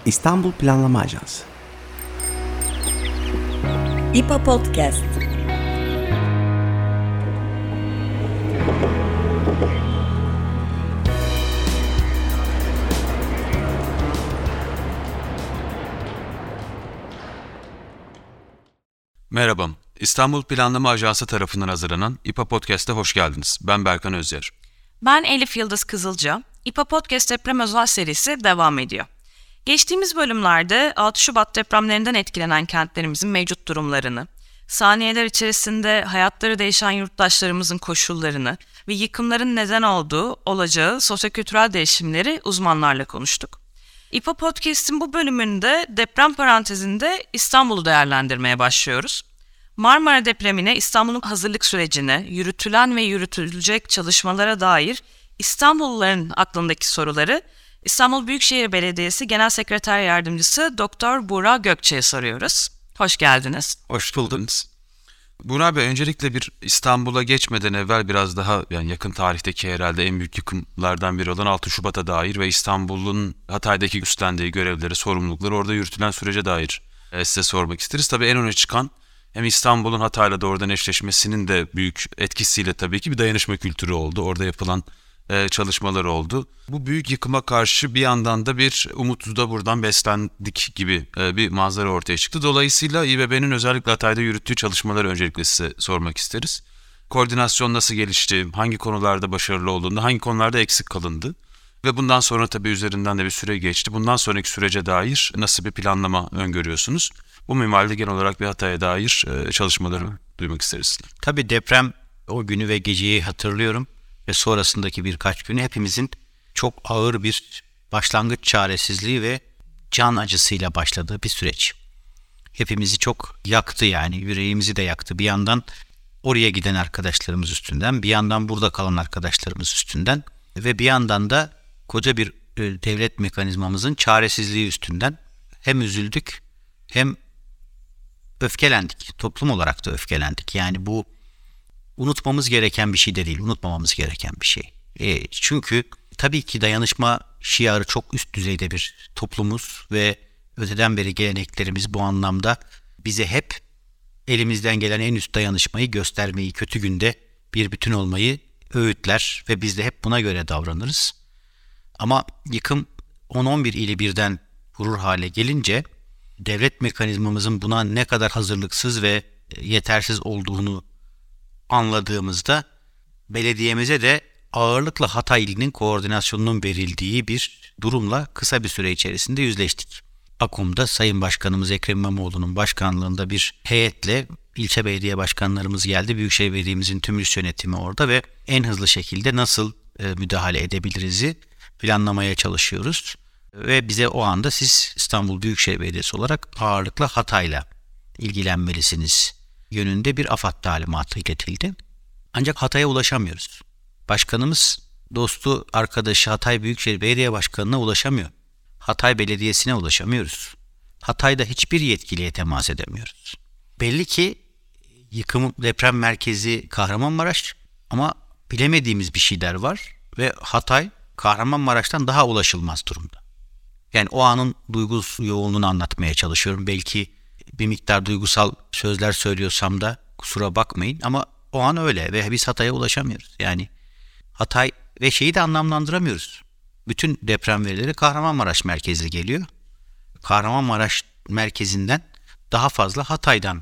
İstanbul Planlama Ajansı. İPA Podcast. Merhaba, İstanbul Planlama Ajansı tarafından hazırlanan İPA Podcast'e hoş geldiniz. Ben Berkan Özyer. Ben Elif Yıldız Kızılca. İPA Podcast deprem özel serisi devam ediyor. Geçtiğimiz bölümlerde 6 Şubat depremlerinden etkilenen kentlerimizin mevcut durumlarını, saniyeler içerisinde hayatları değişen yurttaşlarımızın koşullarını ve yıkımların neden olacağı sosyokültürel değişimleri uzmanlarla konuştuk. İPA Podcast'in bu bölümünde deprem parantezinde İstanbul'u değerlendirmeye başlıyoruz. Marmara depremine İstanbul'un hazırlık sürecine, yürütülen ve yürütülecek çalışmalara dair İstanbulluların aklındaki soruları İstanbul Büyükşehir Belediyesi Genel Sekreter Yardımcısı Dr. Buğra Gökçe'ye soruyoruz. Hoş geldiniz. Hoş buldunuz. Buğra Bey, öncelikle bir İstanbul'a geçmeden evvel biraz daha yakın tarihteki herhalde en büyük yıkımlardan biri olan 6 Şubat'a dair ve İstanbul'un Hatay'daki üstlendiği görevleri, sorumlulukları, orada yürütülen sürece dair size sormak isteriz. Tabii en öne çıkan hem İstanbul'un Hatay'la doğrudan eşleşmesinin de büyük etkisiyle tabii ki bir dayanışma kültürü oldu. Orada yapılan çalışmalar oldu. Bu büyük yıkıma karşı bir yandan da bir umutlu da buradan beslendik gibi bir manzara ortaya çıktı. Dolayısıyla İBB'nin özellikle Hatay'da yürüttüğü çalışmaları öncelikle size sormak isteriz. Koordinasyon nasıl gelişti, hangi konularda başarılı olduğunu, hangi konularda eksik kalındı ve bundan sonra tabii üzerinden de bir süre geçti. Bundan sonraki sürece dair nasıl bir planlama öngörüyorsunuz? Bu minvalde genel olarak bir Hatay'a dair çalışmaları duymak isteriz. Tabii deprem o günü ve geceyi hatırlıyorum ve sonrasındaki birkaç günü hepimizin çok ağır bir başlangıç çaresizliği ve can acısıyla başladığı bir süreç. Hepimizi çok yaktı, yani yüreğimizi de yaktı. Bir yandan oraya giden arkadaşlarımız üstünden, bir yandan burada kalan arkadaşlarımız üstünden ve bir yandan da koca bir devlet mekanizmamızın çaresizliği üstünden hem üzüldük hem öfkelendik. Toplum olarak da öfkelendik. Yani bu unutmamız gereken bir şey de değil, unutmamamız gereken bir şey. Çünkü tabii ki dayanışma şiarı çok üst düzeyde bir toplumuz ve öteden beri geleneklerimiz bu anlamda bize hep elimizden gelen en üst dayanışmayı göstermeyi, kötü günde bir bütün olmayı öğütler ve biz de hep buna göre davranırız. Ama yıkım 10-11 ili birden vurur hale gelince devlet mekanizmamızın buna ne kadar hazırlıksız ve yetersiz olduğunu anladığımızda belediyemize de ağırlıkla Hatay ilinin koordinasyonunun verildiği bir durumla kısa bir süre içerisinde yüzleştik. AKOM'da Sayın Başkanımız Ekrem İmamoğlu'nun başkanlığında bir heyetle ilçe belediye başkanlarımız geldi. Büyükşehir Belediye'mizin tüm üst yönetimi orada ve en hızlı şekilde nasıl müdahale edebiliriz'i planlamaya çalışıyoruz. Ve bize o anda siz İstanbul Büyükşehir Belediyesi olarak ağırlıkla Hatay'la ilgilenmelisiniz yönünde bir AFAD talimatı iletildi. Ancak Hatay'a ulaşamıyoruz. Başkanımız, dostu, arkadaşı Hatay Büyükşehir Belediye Başkanı'na ulaşamıyor. Hatay Belediyesi'ne ulaşamıyoruz. Hatay'da hiçbir yetkiliye temas edemiyoruz. Belli ki yıkım deprem merkezi Kahramanmaraş ama bilemediğimiz bir şeyler var ve Hatay Kahramanmaraş'tan daha ulaşılmaz durumda. Yani o anın duygu yoğunluğunu anlatmaya çalışıyorum. Belki bir miktar duygusal sözler söylüyorsam da kusura bakmayın ama o an öyle ve biz Hatay'a ulaşamıyoruz. Yani Hatay ve şeyi de anlamlandıramıyoruz. Bütün deprem verileri Kahramanmaraş merkezli geliyor. Kahramanmaraş merkezinden daha fazla Hatay'dan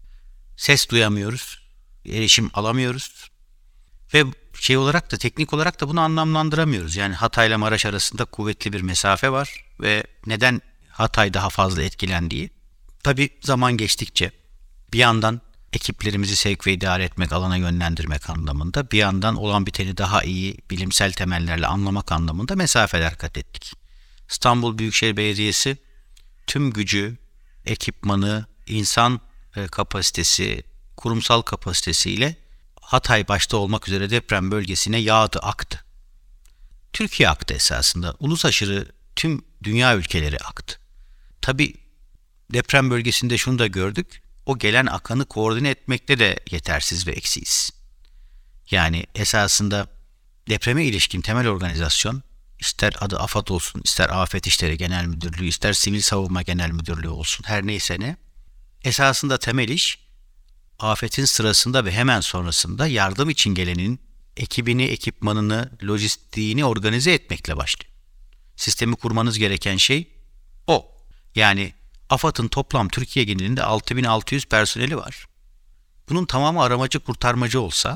ses duyamıyoruz, erişim alamıyoruz ve şey olarak da teknik olarak da bunu anlamlandıramıyoruz. Yani Hatay ile Maraş arasında kuvvetli bir mesafe var ve neden Hatay daha fazla etkilendiği. Tabii zaman geçtikçe bir yandan ekiplerimizi sevk ve idare etmek, alana yönlendirmek anlamında, bir yandan olan biteni daha iyi bilimsel temellerle anlamak anlamında mesafeler kat ettik. İstanbul Büyükşehir Belediyesi tüm gücü, ekipmanı, insan kapasitesi, kurumsal kapasitesiyle Hatay başta olmak üzere deprem bölgesine yağdı, aktı. Türkiye aktı esasında. Ulus aşırı tüm dünya ülkeleri aktı. Tabii deprem bölgesinde şunu da gördük. O gelen akanı koordine etmekte de yetersiz ve eksiyiz. Yani esasında depreme ilişkin temel organizasyon ister adı AFAD olsun, ister Afet İşleri Genel Müdürlüğü, ister Sivil Savunma Genel Müdürlüğü olsun, her neyse ne, esasında temel iş afetin sırasında ve hemen sonrasında yardım için gelenin ekibini, ekipmanını, lojistiğini organize etmekle başlıyor. Sistemi kurmanız gereken şey o. Yani AFAD'ın toplam Türkiye genelinde 6600 personeli var. Bunun tamamı aramacı kurtarmacı olsa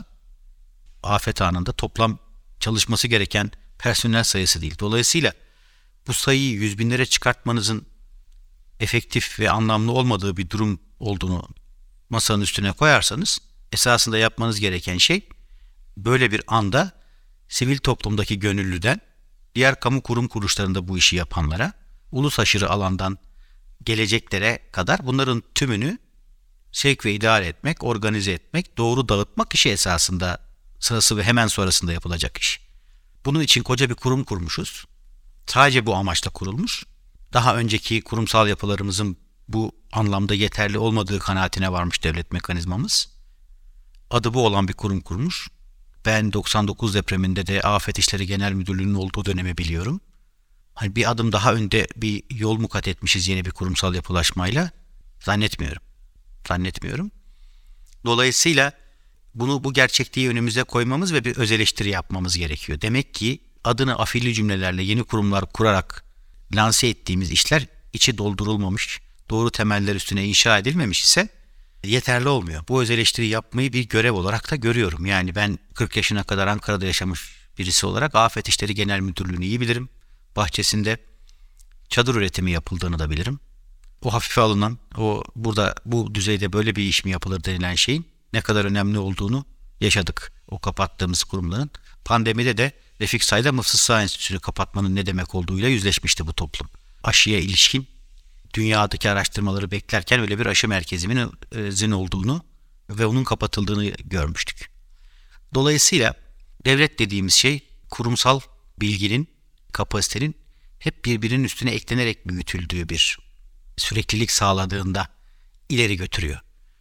afet anında toplam çalışması gereken personel sayısı değil. Dolayısıyla bu sayıyı 100 binlere çıkartmanızın efektif ve anlamlı olmadığı bir durum olduğunu masanın üstüne koyarsanız esasında yapmanız gereken şey böyle bir anda sivil toplumdaki gönüllüden diğer kamu kurum kuruluşlarında bu işi yapanlara, ulus aşırı alandan geleceklere kadar bunların tümünü sevk ve idare etmek, organize etmek, doğru dağıtmak işi esasında sırası ve hemen sonrasında yapılacak iş. Bunun için koca bir kurum kurmuşuz. Sadece bu amaçla kurulmuş. Daha önceki kurumsal yapılarımızın bu anlamda yeterli olmadığı kanaatine varmış devlet mekanizmamız. Adı bu olan bir kurum kurmuş. Ben 99 depreminde de Afet İşleri Genel Müdürlüğü'nün olduğu dönemi biliyorum. Hani bir adım daha önde bir yol mu kat etmişiz yeni bir kurumsal yapılaşmayla? Zannetmiyorum. Dolayısıyla bu gerçekliği önümüze koymamız ve bir öz eleştiri yapmamız gerekiyor. Demek ki adını afilli cümlelerle yeni kurumlar kurarak lanse ettiğimiz işler içi doldurulmamış, doğru temeller üstüne inşa edilmemiş ise yeterli olmuyor. Bu öz eleştiri yapmayı bir görev olarak da görüyorum. Yani ben 40 yaşına kadar Ankara'da yaşamış birisi olarak Afet İşleri Genel Müdürlüğü'nü iyi bilirim. Bahçesinde çadır üretimi yapıldığını da bilirim. O hafife alınan, burada bu düzeyde böyle bir iş mi yapılır denilen şeyin ne kadar önemli olduğunu yaşadık. O kapattığımız kurumların. Pandemide de Refik Say'da Mıfzı Sağ Enstitüsü'nü kapatmanın ne demek olduğuyla yüzleşmişti bu toplum. Aşıya ilişkin dünyadaki araştırmaları beklerken öyle bir aşı merkezimizin olduğunu ve onun kapatıldığını görmüştük. Dolayısıyla devlet dediğimiz şey kurumsal bilginin, kapasitenin hep birbirinin üstüne eklenerek büyütüldüğü bir süreklilik sağladığında ileri götürüyor.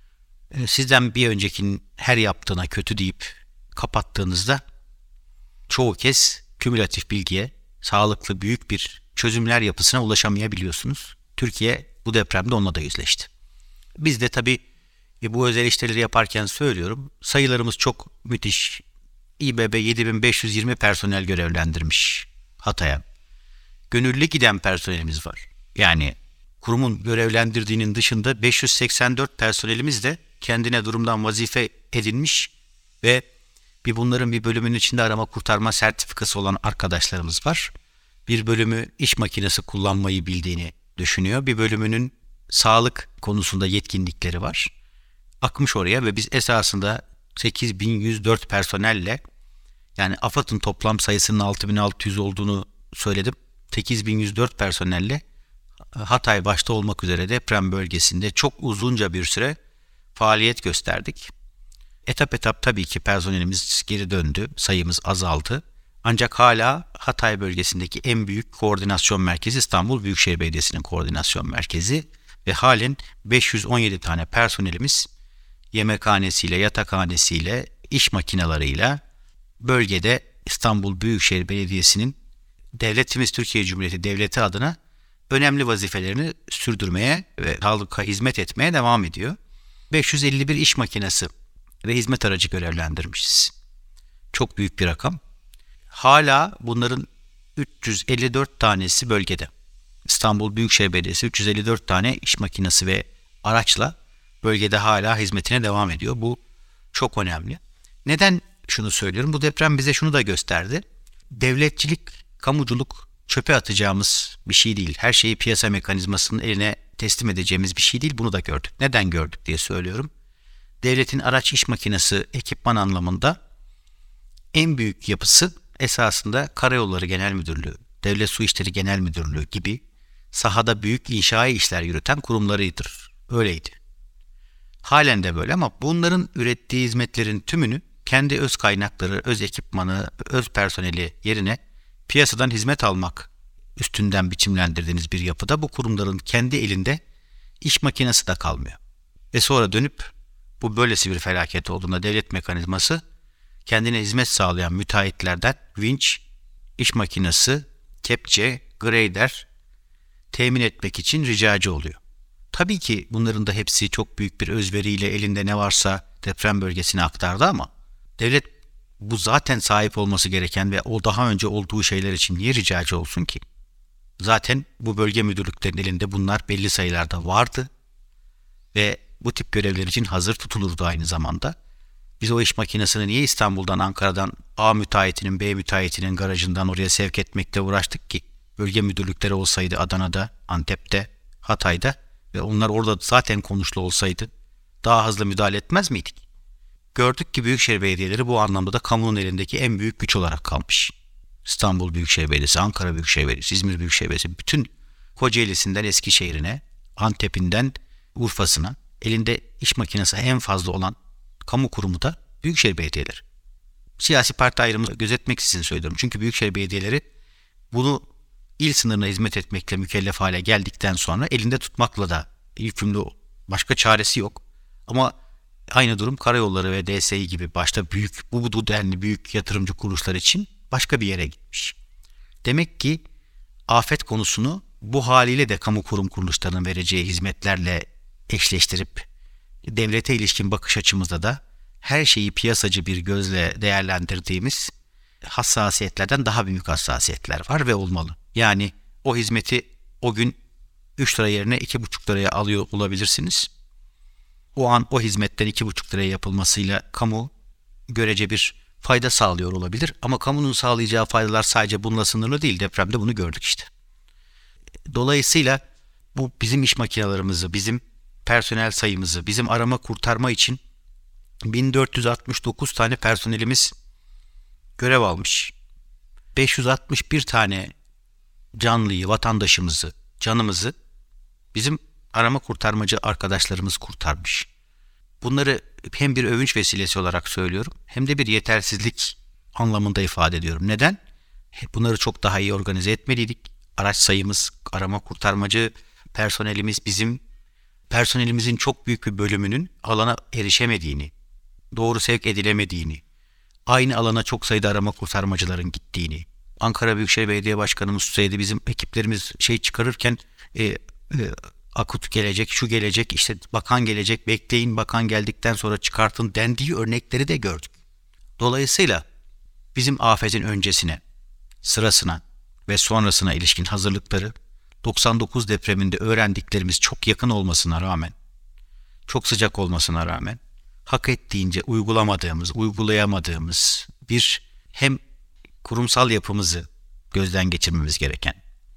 Sizden bir öncekinin her yaptığına kötü deyip kapattığınızda çoğu kez kümülatif bilgiye, sağlıklı büyük bir çözümler yapısına ulaşamayabiliyorsunuz. Türkiye bu depremde onunla da yüzleşti. Biz de tabii bu özel işleri yaparken söylüyorum, sayılarımız çok müthiş. İBB 7520 personel görevlendirmiş Hatay'a. Gönüllü giden personelimiz var. Yani kurumun görevlendirdiğinin dışında 584 personelimiz de kendine durumdan vazife edinmiş ve bunların bir bölümünün içinde arama kurtarma sertifikası olan arkadaşlarımız var. Bir bölümü iş makinesi kullanmayı bildiğini düşünüyor. Bir bölümünün sağlık konusunda yetkinlikleri var. Akmış oraya ve biz esasında 8104 personelle, yani AFAD'ın toplam sayısının 6600 olduğunu söyledim. 8104 personelle Hatay başta olmak üzere deprem bölgesinde çok uzunca bir süre faaliyet gösterdik. Etap etap tabii ki personelimiz geri döndü, sayımız azaldı. Ancak hala Hatay bölgesindeki en büyük koordinasyon merkezi İstanbul Büyükşehir Belediyesi'nin koordinasyon merkezi ve halen 517 tane personelimiz yemekhanesiyle, yatakhanesiyle, iş makinalarıyla bölgede İstanbul Büyükşehir Belediyesi'nin devletimiz Türkiye Cumhuriyeti Devleti adına önemli vazifelerini sürdürmeye ve halka hizmet etmeye devam ediyor. 551 iş makinesi ve hizmet aracı görevlendirmişiz. Çok büyük bir rakam. Hala bunların 354 tanesi bölgede. İstanbul Büyükşehir Belediyesi 354 tane iş makinesi ve araçla bölgede hala hizmetine devam ediyor. Bu çok önemli. Neden şunu söylüyorum? Bu deprem bize şunu da gösterdi. Devletçilik, kamuculuk çöpe atacağımız bir şey değil. Her şeyi piyasa mekanizmasının eline teslim edeceğimiz bir şey değil. Bunu da gördük. Neden gördük diye söylüyorum. Devletin araç iş makinesi ekipman anlamında en büyük yapısı esasında Karayolları Genel Müdürlüğü, Devlet Su İşleri Genel Müdürlüğü gibi sahada büyük inşai işler yürüten kurumlarıdır. Öyleydi. Halen de böyle ama bunların ürettiği hizmetlerin tümünü kendi öz kaynakları, öz ekipmanı, öz personeli yerine piyasadan hizmet almak üstünden biçimlendirdiğiniz bir yapıda bu kurumların kendi elinde iş makinesi de kalmıyor. Ve sonra dönüp bu böylesi bir felaket olduğunda devlet mekanizması kendine hizmet sağlayan müteahhitlerden vinç, iş makinesi, kepçe, grader temin etmek için ricacı oluyor. Tabii ki bunların da hepsi çok büyük bir özveriyle elinde ne varsa deprem bölgesine aktardı ama devlet bu zaten sahip olması gereken ve o daha önce olduğu şeyler için niye ricacı olsun ki? Zaten bu bölge müdürlüklerinin elinde bunlar belli sayılarda vardı ve bu tip görevler için hazır tutulurdu aynı zamanda. Biz o iş makinesini niye İstanbul'dan, Ankara'dan A müteahhitinin, B müteahhitinin garajından oraya sevk etmekte uğraştık ki? Bölge müdürlükleri olsaydı Adana'da, Antep'te, Hatay'da ve onlar orada zaten konuşlu olsaydı daha hızlı müdahale etmez miydik? Gördük ki büyükşehir belediyeleri bu anlamda da kamunun elindeki en büyük güç olarak kalmış. İstanbul Büyükşehir Belediyesi, Ankara Büyükşehir Belediyesi, İzmir Büyükşehir Belediyesi, bütün Kocaeli'sinden Eskişehir'ine, Antep'inden Urfa'sına elinde iş makinesi en fazla olan kamu kurumu da büyükşehir belediyeleri. Siyasi parti ayrımını gözetmeksizin söylüyorum. Çünkü büyükşehir belediyeleri bunu il sınırına hizmet etmekle mükellef hale geldikten sonra elinde tutmakla da yükümlü, başka çaresi yok. Ama aynı durum karayolları ve DSİ gibi başta büyük, bu denli büyük yatırımcı kuruluşlar için başka bir yere gitmiş. Demek ki afet konusunu bu haliyle de kamu kurum kuruluşlarının vereceği hizmetlerle eşleştirip devlete ilişkin bakış açımızda da her şeyi piyasacı bir gözle değerlendirdiğimiz hassasiyetlerden daha büyük hassasiyetler var ve olmalı. Yani o hizmeti o gün 3 lira yerine 2,5 liraya alıyor olabilirsiniz. O an o hizmetten 2,5 liraya yapılmasıyla kamu görece bir fayda sağlıyor olabilir. Ama kamunun sağlayacağı faydalar sadece bununla sınırlı değil. Depremde bunu gördük işte. Dolayısıyla bu bizim iş makinelerimizi, bizim personel sayımızı, bizim arama kurtarma için 1469 tane personelimiz görev almış. 561 tane canlıyı, vatandaşımızı, canımızı bizim arama kurtarmacı arkadaşlarımız kurtarmış. Bunları hem bir övünç vesilesi olarak söylüyorum hem de bir yetersizlik anlamında ifade ediyorum. Neden? Bunları çok daha iyi organize etmeliydik. Araç sayımız, arama kurtarmacı personelimiz, bizim personelimizin çok büyük bir bölümünün alana erişemediğini, doğru sevk edilemediğini, aynı alana çok sayıda arama kurtarmacıların gittiğini, Ankara Büyükşehir Belediye Başkanımız tutsaydı bizim ekiplerimiz çıkarırken akut gelecek, şu gelecek, işte bakan gelecek, bekleyin bakan geldikten sonra çıkartın dendiği örnekleri de gördük. Dolayısıyla bizim afetin öncesine, sırasına ve sonrasına ilişkin hazırlıkları 99 depreminde öğrendiklerimiz çok yakın olmasına rağmen, çok sıcak olmasına rağmen hak ettiğince uygulayamadığımız bir hem kurumsal yapımızı gözden geçirmemiz gereken,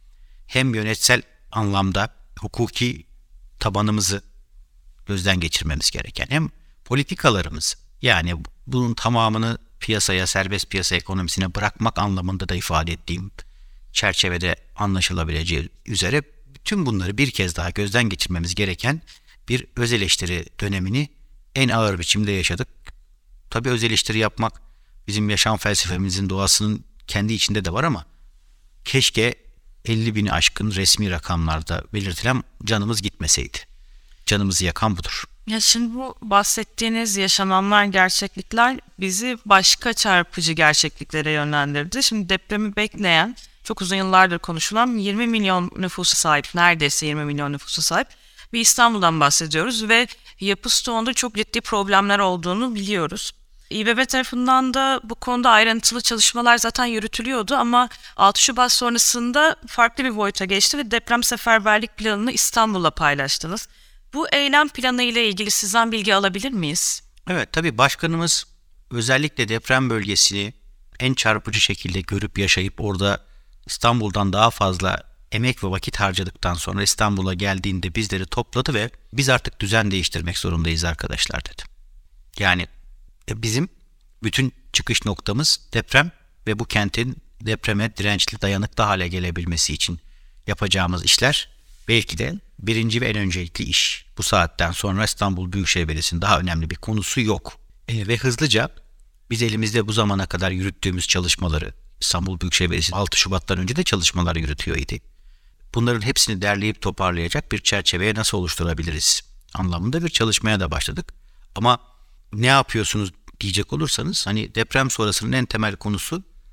hem yönetsel anlamda hukuki tabanımızı gözden geçirmemiz gereken, hem politikalarımızı, yani bunun tamamını piyasaya, serbest piyasa ekonomisine bırakmak anlamında da ifade ettiğim çerçevede anlaşılabileceği üzere bütün bunları bir kez daha gözden geçirmemiz gereken bir öz eleştiri dönemini en ağır biçimde yaşadık. Tabii öz eleştiri yapmak bizim yaşam felsefemizin, doğasının kendi içinde de var ama keşke 50.000'i aşkın resmi rakamlarda belirtilen canımız gitmeseydi. Canımızı yakan budur. Ya şimdi bu bahsettiğiniz yaşananlar, gerçeklikler bizi başka çarpıcı gerçekliklere yönlendirdi. Şimdi depremi bekleyen, çok uzun yıllardır konuşulan 20 milyon nüfusa sahip, neredeyse 20 milyon nüfusa sahip bir İstanbul'dan bahsediyoruz ve yapı stoğunda çok ciddi problemler olduğunu biliyoruz. İBB tarafından da bu konuda ayrıntılı çalışmalar zaten yürütülüyordu ama 6 Şubat sonrasında farklı bir boyuta geçti ve deprem seferberlik planını İstanbul'la paylaştınız. Bu eylem planı ile ilgili sizden bilgi alabilir miyiz? Evet, tabii başkanımız özellikle deprem bölgesini en çarpıcı şekilde görüp yaşayıp orada İstanbul'dan daha fazla emek ve vakit harcadıktan sonra İstanbul'a geldiğinde bizleri topladı ve biz artık düzen değiştirmek zorundayız arkadaşlar dedi. Yani bizim bütün çıkış noktamız deprem ve bu kentin depreme dirençli, dayanıklı hale gelebilmesi için yapacağımız işler belki de birinci ve en öncelikli iş. Bu saatten sonra İstanbul Büyükşehir Belediyesi'nin daha önemli bir konusu yok. Ve hızlıca biz elimizde bu zamana kadar yürüttüğümüz çalışmaları, İstanbul Büyükşehir Belediyesi 6 Şubat'tan önce de çalışmalar yürütüyordu. Bunların hepsini derleyip toparlayacak bir çerçeveye nasıl oluşturabiliriz anlamında bir çalışmaya da başladık. Ama ne yapıyorsunuz diyecek olursanız, hani deprem sonrasının en temel konusu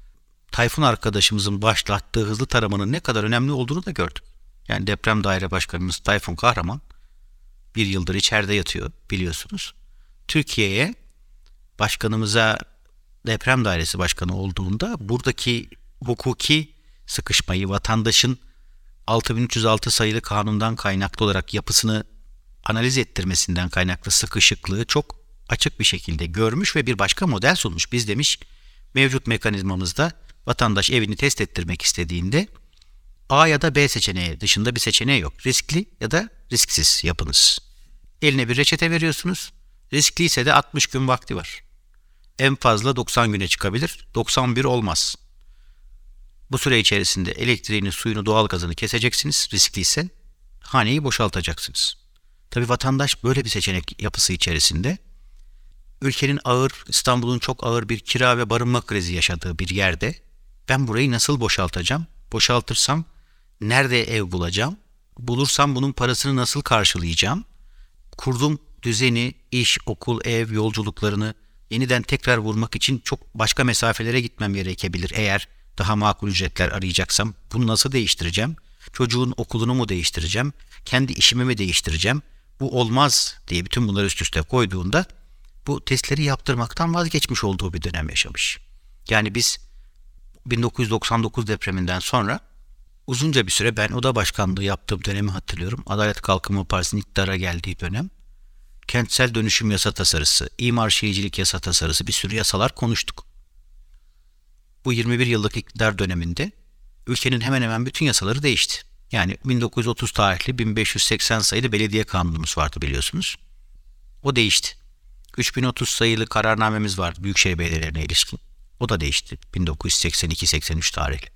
Tayfun arkadaşımızın başlattığı hızlı taramanın ne kadar önemli olduğunu da gördük. Yani deprem daire başkanımız Tayfun Kahraman bir yıldır içeride yatıyor biliyorsunuz. Türkiye'ye başkanımıza deprem dairesi başkanı olduğunda buradaki hukuki sıkışmayı, vatandaşın 6306 sayılı kanundan kaynaklı olarak yapısını analiz ettirmesinden kaynaklı sıkışıklığı çok açık bir şekilde görmüş ve bir başka model sunmuş. Biz demiş mevcut mekanizmamızda vatandaş evini test ettirmek istediğinde A ya da B seçeneği dışında bir seçeneği yok. Riskli ya da risksiz yapınız. Eline bir reçete veriyorsunuz. Riskli ise de 60 gün vakti var. En fazla 90 güne çıkabilir. 91 olmaz. Bu süre içerisinde elektriğini, suyunu, doğalgazını keseceksiniz. Riskli ise haneyi boşaltacaksınız. Tabii vatandaş böyle bir seçenek yapısı içerisinde ülkenin İstanbul'un çok ağır bir kira ve barınma krizi yaşadığı bir yerde ben burayı nasıl boşaltacağım? Boşaltırsam nerede ev bulacağım? Bulursam bunun parasını nasıl karşılayacağım? Kurduğum düzeni, iş, okul, ev yolculuklarını yeniden tekrar vurmak için çok başka mesafelere gitmem gerekebilir. Eğer daha makul ücretler arayacaksam bunu nasıl değiştireceğim? Çocuğun okulunu mu değiştireceğim? Kendi işimi mi değiştireceğim? Bu olmaz diye bütün bunları üst üste koyduğunda bu testleri yaptırmaktan vazgeçmiş olduğu bir dönem yaşamış. Yani biz 1999 depreminden sonra uzunca bir süre ben oda başkanlığı yaptığım dönemi hatırlıyorum. Adalet Kalkınma Partisi'nin iktidara geldiği dönem. Kentsel dönüşüm yasa tasarısı, imar şehircilik yasa tasarısı bir sürü yasalar konuştuk. Bu 21 yıllık iktidar döneminde ülkenin hemen hemen bütün yasaları değişti. Yani 1930 tarihli 1580 sayılı belediye kanunumuz vardı biliyorsunuz. O değişti. 3030 sayılı kararnamemiz vardı büyükşehir belediyelerine ilişkin. O da değişti 1982-83 tarihli.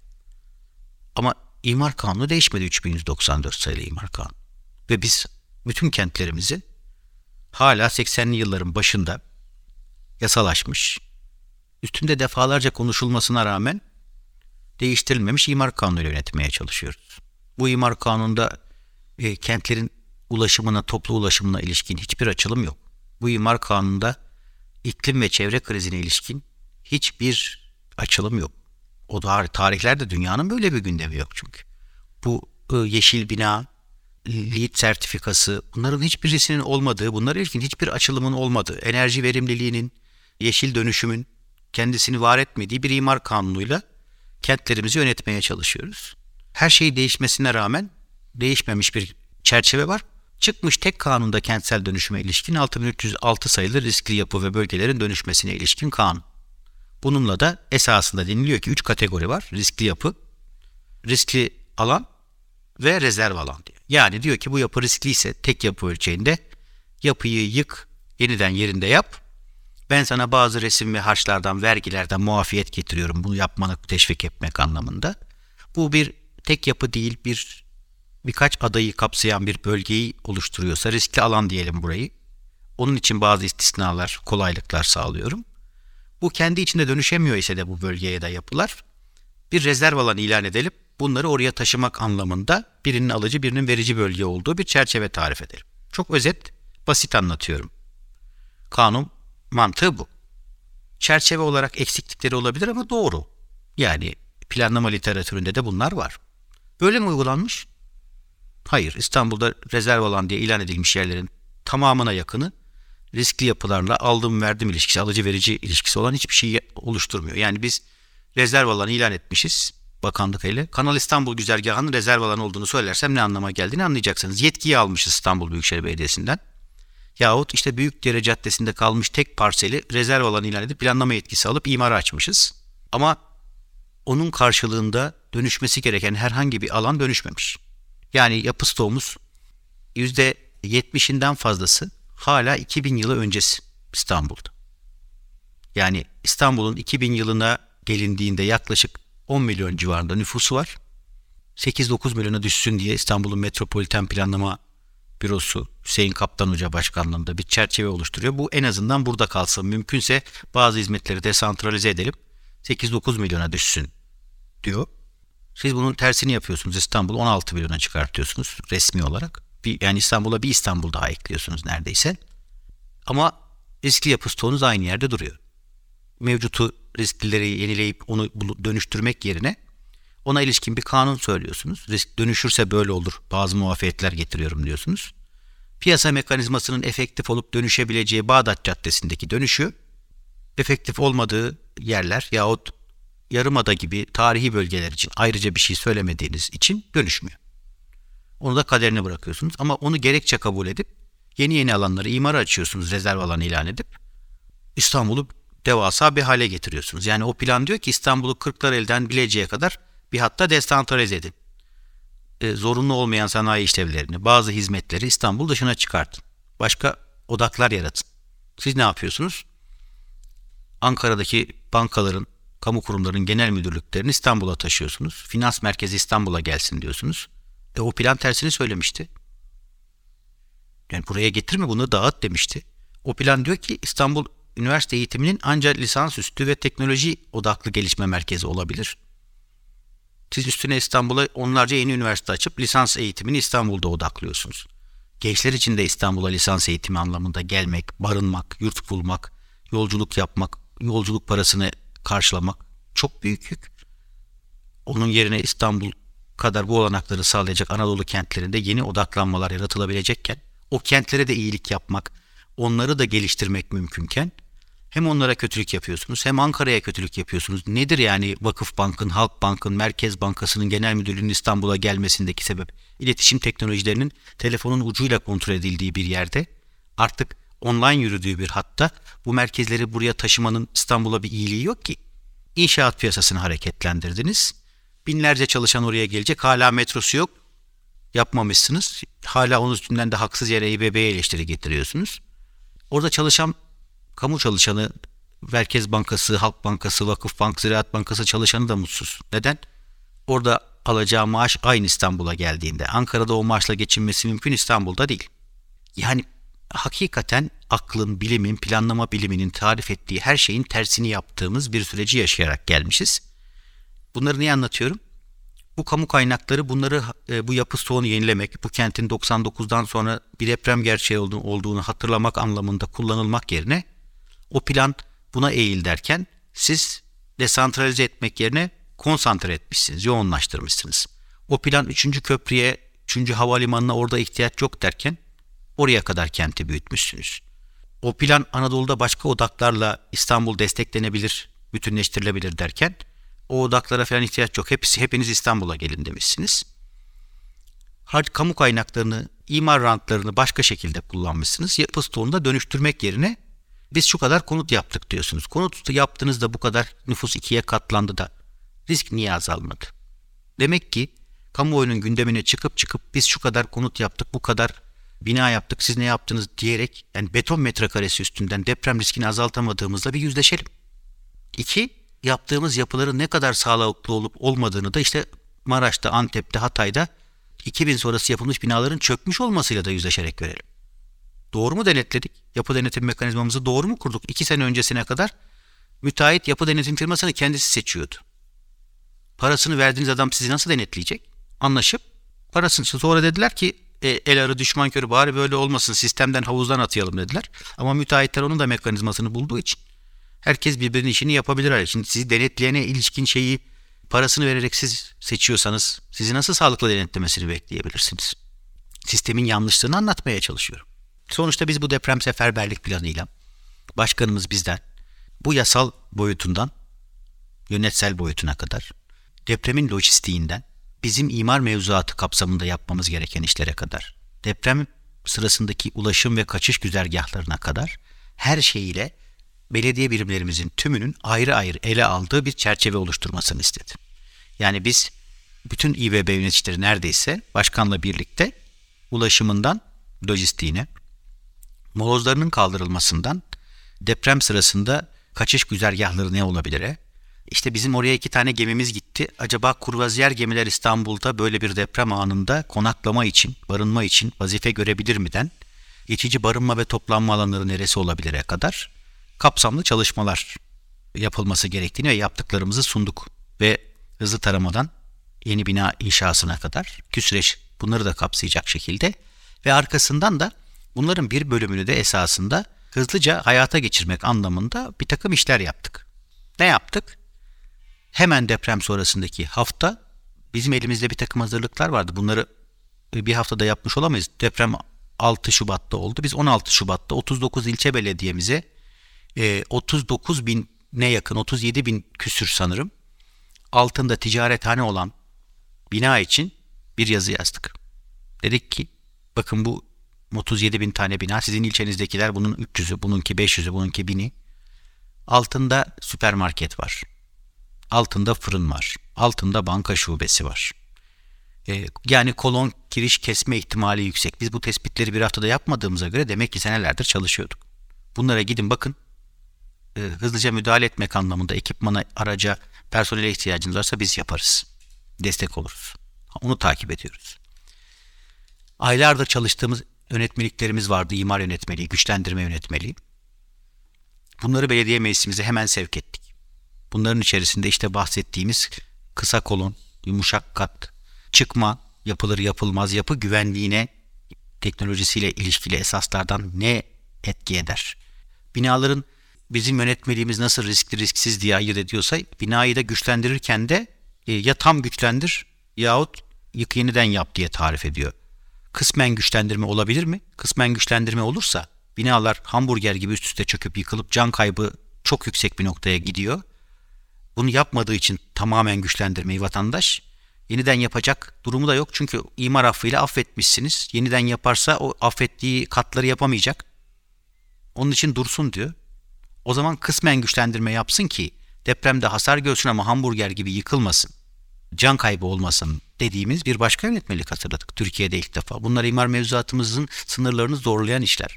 Ama imar kanunu değişmedi 3194 sayılı imar kanunu. Ve biz bütün kentlerimizi hala 80'li yılların başında yasalaşmış, üstünde defalarca konuşulmasına rağmen değiştirilmemiş imar kanunuyla yönetmeye çalışıyoruz. Bu imar kanununda kentlerin ulaşımına, toplu ulaşımına ilişkin hiçbir açılım yok. Bu imar kanununda iklim ve çevre krizine ilişkin hiçbir açılım yok. O da tarihlerde dünyanın böyle bir gündemi yok çünkü. Bu yeşil bina, LEED sertifikası, bunların hiçbirisinin olmadığı, bunlara ilişkin hiçbir açılımın olmadığı, enerji verimliliğinin, yeşil dönüşümün kendisini var etmediği bir imar kanunuyla kentlerimizi yönetmeye çalışıyoruz. Her şey değişmesine rağmen değişmemiş bir çerçeve var. Çıkmış tek kanunda kentsel dönüşüme ilişkin 6306 sayılı riskli yapı ve bölgelerin dönüşmesine ilişkin kanun. Bununla da esasında deniliyor ki 3 kategori var. Riskli yapı, riskli alan ve rezerv alan diyor. Yani diyor ki bu yapı riskliyse tek yapı ölçeğinde yapıyı yık, yeniden yerinde yap. Ben sana bazı resim ve harçlardan, vergilerden muafiyet getiriyorum. Bunu yapmanı teşvik etmek anlamında. Bu bir tek yapı değil, birkaç adayı kapsayan bir bölgeyi oluşturuyorsa riskli alan diyelim burayı. Onun için bazı istisnalar, kolaylıklar sağlıyorum. Bu kendi içinde dönüşemiyor ise de bu bölgeye de yapılar bir rezerv alan ilan edelim. Bunları oraya taşımak anlamında birinin alıcı birinin verici bölge olduğu bir çerçeve tarif edelim. Çok özet, basit anlatıyorum. Kanun mantığı bu. Çerçeve olarak eksiklikleri olabilir ama doğru. Yani planlama literatüründe de bunlar var. Böyle mi uygulanmış? Hayır. İstanbul'da rezerv alan diye ilan edilmiş yerlerin tamamına yakını riskli yapılarla aldım verdim ilişkisi, alıcı verici ilişkisi olan hiçbir şey oluşturmuyor. Yani biz rezerv alanı ilan etmişiz bakanlık ile. Kanal İstanbul güzergahının rezerv alanı olduğunu söylersem ne anlama geldiğini anlayacaksınız. Yetkiyi almışız İstanbul Büyükşehir Belediyesi'nden. Yahut işte Büyükdere Caddesi'nde kalmış tek parseli rezerv alanı ilan edip planlama yetkisi alıp imara açmışız. Ama onun karşılığında dönüşmesi gereken herhangi bir alan dönüşmemiş. Yani yapı stoğumuz %70'inden fazlası hala 2000 yılı öncesi İstanbul'da. Yani İstanbul'un 2000 yılına gelindiğinde yaklaşık 10 milyon civarında nüfusu var. 8-9 milyona düşsün diye İstanbul'un Metropoliten Planlama Bürosu Hüseyin Kaptan Hoca başkanlığında bir çerçeve oluşturuyor. Bu en azından burada kalsın. Mümkünse bazı hizmetleri desantralize edelim. 8-9 milyona düşsün diyor. Siz bunun tersini yapıyorsunuz. İstanbul 16 milyona çıkartıyorsunuz resmi olarak. Yani İstanbul'a bir İstanbul daha ekliyorsunuz neredeyse. Ama riskli yapı stoğunuz aynı yerde duruyor. Mevcutu riskleri yenileyip onu dönüştürmek yerine ona ilişkin bir kanun söylüyorsunuz. Risk dönüşürse böyle olur. Bazı muafiyetler getiriyorum diyorsunuz. Piyasa mekanizmasının efektif olup dönüşebileceği Bağdat Caddesi'ndeki dönüşü efektif olmadığı yerler yahut Yarımada gibi tarihi bölgeler için ayrıca bir şey söylemediğiniz için dönüşmüyor. Onu da kaderine bırakıyorsunuz ama onu gerekçe kabul edip yeni alanları imara açıyorsunuz, rezerv alanı ilan edip İstanbul'u devasa bir hale getiriyorsunuz. Yani o plan diyor ki İstanbul'u Kırklareli'den Bilecik'e kadar bir hatta desantralize edin. Zorunlu olmayan sanayi işlevlerini, bazı hizmetleri İstanbul dışına çıkartın. Başka odaklar yaratın. Siz ne yapıyorsunuz? Ankara'daki bankaların, kamu kurumlarının genel müdürlüklerini İstanbul'a taşıyorsunuz. Finans merkezi İstanbul'a gelsin diyorsunuz. O plan tersini söylemişti. Yani buraya getirme, bunu dağıt demişti. O plan diyor ki İstanbul üniversite eğitiminin ancak lisansüstü ve teknoloji odaklı gelişme merkezi olabilir. Siz üstüne İstanbul'a onlarca yeni üniversite açıp lisans eğitimini İstanbul'da odaklıyorsunuz. Gençler için de İstanbul'a lisans eğitimi anlamında gelmek, barınmak, yurt bulmak, yolculuk yapmak, yolculuk parasını karşılamak çok büyük yük. Onun yerine İstanbul kadar bu olanakları sağlayacak Anadolu kentlerinde yeni odaklanmalar yaratılabilecekken, o kentlere de iyilik yapmak, onları da geliştirmek mümkünken hem onlara kötülük yapıyorsunuz hem Ankara'ya kötülük yapıyorsunuz. Nedir yani Vakıfbank'ın, Halkbank'ın, Merkez Bankası'nın genel müdürlüğünün İstanbul'a gelmesindeki sebep? İletişim teknolojilerinin telefonun ucuyla kontrol edildiği bir yerde, artık online yürüdüğü bir hatta bu merkezleri buraya taşımanın İstanbul'a bir iyiliği yok ki. İnşaat piyasasını hareketlendirdiniz. Binlerce çalışan oraya gelecek. Hala metrosu yok. Yapmamışsınız. Hala onun üstünden de haksız yere İBB'ye eleştiri getiriyorsunuz. Orada çalışan kamu çalışanı, Merkez Bankası, Halk Bankası, Vakıfbank, Ziraat Bankası çalışanı da mutsuz. Neden? Orada alacağı maaş aynı İstanbul'a geldiğinde. Ankara'da o maaşla geçinmesi mümkün, İstanbul'da değil. Yani hakikaten aklın, bilimin, planlama biliminin tarif ettiği her şeyin tersini yaptığımız bir süreci yaşayarak gelmişiz. Bunları niye anlatıyorum? Bu kamu kaynakları bunları, bu yapı stoğunu yenilemek, bu kentin 99'dan sonra bir deprem gerçeği olduğunu hatırlamak anlamında kullanılmak yerine o plan buna eğil derken siz desantralize etmek yerine konsantre etmişsiniz, yoğunlaştırmışsınız. O plan 3. köprüye, 3. havalimanına orada ihtiyaç yok derken oraya kadar kenti büyütmüşsünüz. O plan Anadolu'da başka odaklarla İstanbul desteklenebilir, bütünleştirilebilir derken o odaklara falan ihtiyaç yok. Hepiniz İstanbul'a gelin demişsiniz. Kamu kaynaklarını, imar rantlarını başka şekilde kullanmışsınız. Yapı stoğunu da dönüştürmek yerine biz şu kadar konut yaptık diyorsunuz. Konut yaptığınızda bu kadar nüfus 2'ye katlandı da risk niye azalmadı? Demek ki kamuoyunun gündemine çıkıp biz şu kadar konut yaptık, bu kadar bina yaptık, siz ne yaptınız diyerek yani beton metrekaresi üstünden deprem riskini azaltamadığımızda bir yüzleşelim. 2, yaptığımız yapıların ne kadar sağlıklı olup olmadığını da işte Maraş'ta, Antep'te, Hatay'da 2000 sonrası yapılmış binaların çökmüş olmasıyla da yüzleşerek görelim. Doğru mu denetledik? Yapı denetim mekanizmamızı doğru mu kurduk? 2 sene öncesine kadar müteahhit yapı denetim firmasını kendisi seçiyordu. Parasını verdiğiniz adam sizi nasıl denetleyecek? Anlaşıp parasını, sonra dediler ki el arı düşman körü, bari böyle olmasın, sistemden, havuzdan atayalım dediler. Ama müteahhitler onun da mekanizmasını bulduğu için herkes birbirinin işini yapabilir. Şimdi sizi denetleyene ilişkin şeyi parasını vererek siz seçiyorsanız sizi nasıl sağlıklı denetlemesini bekleyebilirsiniz? Sistemin yanlışlığını anlatmaya çalışıyorum. Sonuçta biz bu deprem seferberlik planıyla başkanımız bizden bu yasal boyutundan yönetsel boyutuna kadar, depremin lojistiğinden bizim imar mevzuatı kapsamında yapmamız gereken işlere kadar, deprem sırasındaki ulaşım ve kaçış güzergahlarına kadar her şeyiyle belediye birimlerimizin tümünün ayrı ayrı ele aldığı bir çerçeve oluşturmasını istedi. Yani biz bütün İBB yöneticileri neredeyse başkanla birlikte ulaşımından lojistiğine, molozlarının kaldırılmasından deprem sırasında kaçış güzergahları ne olabilir? İşte bizim oraya 2 tane gemimiz gitti. Acaba kurvaziyer gemiler İstanbul'da böyle bir deprem anında konaklama için, barınma için vazife görebilir mi'den geçici barınma ve toplanma alanları neresi olabilir'e kadar kapsamlı çalışmalar yapılması gerektiğini ve yaptıklarımızı sunduk. Ve hızlı taramadan yeni bina inşasına kadar ki süreç bunları da kapsayacak şekilde ve arkasından da bunların bir bölümünü de esasında hızlıca hayata geçirmek anlamında bir takım işler yaptık. Ne yaptık? Hemen deprem sonrasındaki hafta bizim elimizde bir takım hazırlıklar vardı. Bunları bir haftada yapmış olamayız. Deprem 6 Şubat'ta oldu. Biz 16 Şubat'ta 39 ilçe belediyemize 39 bine yakın, 37 bin küsür sanırım altında ticarethane olan bina için bir yazı yazdık. Dedik ki bakın bu 37 bin tane bina, sizin ilçenizdekiler bunun 300'ü, bununki 500'ü, bununki 1000'i. Altında süpermarket var. Altında fırın var. Altında banka şubesi var. Yani kolon giriş kesme ihtimali yüksek. Biz bu tespitleri bir haftada yapmadığımıza göre demek ki senelerdir çalışıyorduk. Bunlara gidin bakın. Hızlıca müdahale etmek anlamında ekipmana, araca, personele ihtiyacınız varsa biz yaparız. Destek oluruz. Onu takip ediyoruz. Aylardır çalıştığımız yönetmeliklerimiz vardı. İmar yönetmeliği, güçlendirme yönetmeliği. Bunları belediye meclisimize hemen sevk ettik. Bunların içerisinde işte bahsettiğimiz kısa kolon, yumuşak kat, çıkma, yapılır yapılmaz yapı güvenliğine teknolojisiyle ilişkili esaslardan ne etki eder? Binaların bizim yönetmeliğimiz nasıl riskli risksiz diye ayırt ediyorsa binayı da güçlendirirken de ya tam güçlendir yahut yık yeniden yap diye tarif ediyor. Kısmen güçlendirme olabilir mi? Kısmen güçlendirme olursa binalar hamburger gibi üst üste çöküp yıkılıp can kaybı çok yüksek bir noktaya gidiyor. Bunu yapmadığı için tamamen güçlendirmeyi vatandaş yeniden yapacak durumu da yok. Çünkü imar affıyla affetmişsiniz. Yeniden yaparsa o affettiği katları yapamayacak. Onun için dursun diyor. O zaman kısmen güçlendirme yapsın ki depremde hasar görsün ama hamburger gibi yıkılmasın, can kaybı olmasın dediğimiz bir başka yönetmelik hatırladık Türkiye'de ilk defa. Bunlar imar mevzuatımızın sınırlarını zorlayan işler.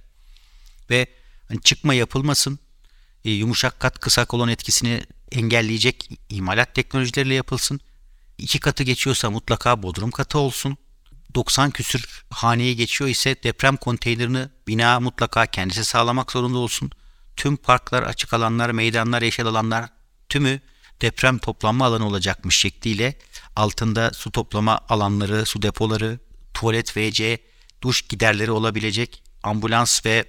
Ve çıkma yapılmasın, yumuşak kat kısa kolon etkisini engelleyecek imalat teknolojileriyle yapılsın. 2 katı geçiyorsa mutlaka bodrum katı olsun. 90 küsür haneye geçiyor ise deprem konteynerini bina mutlaka kendisi sağlamak zorunda olsun. Tüm parklar, açık alanlar, meydanlar, yeşil alanlar tümü deprem toplanma alanı olacakmış şekliyle altında su toplama alanları, su depoları, tuvalet, WC, duş giderleri olabilecek, ambulans ve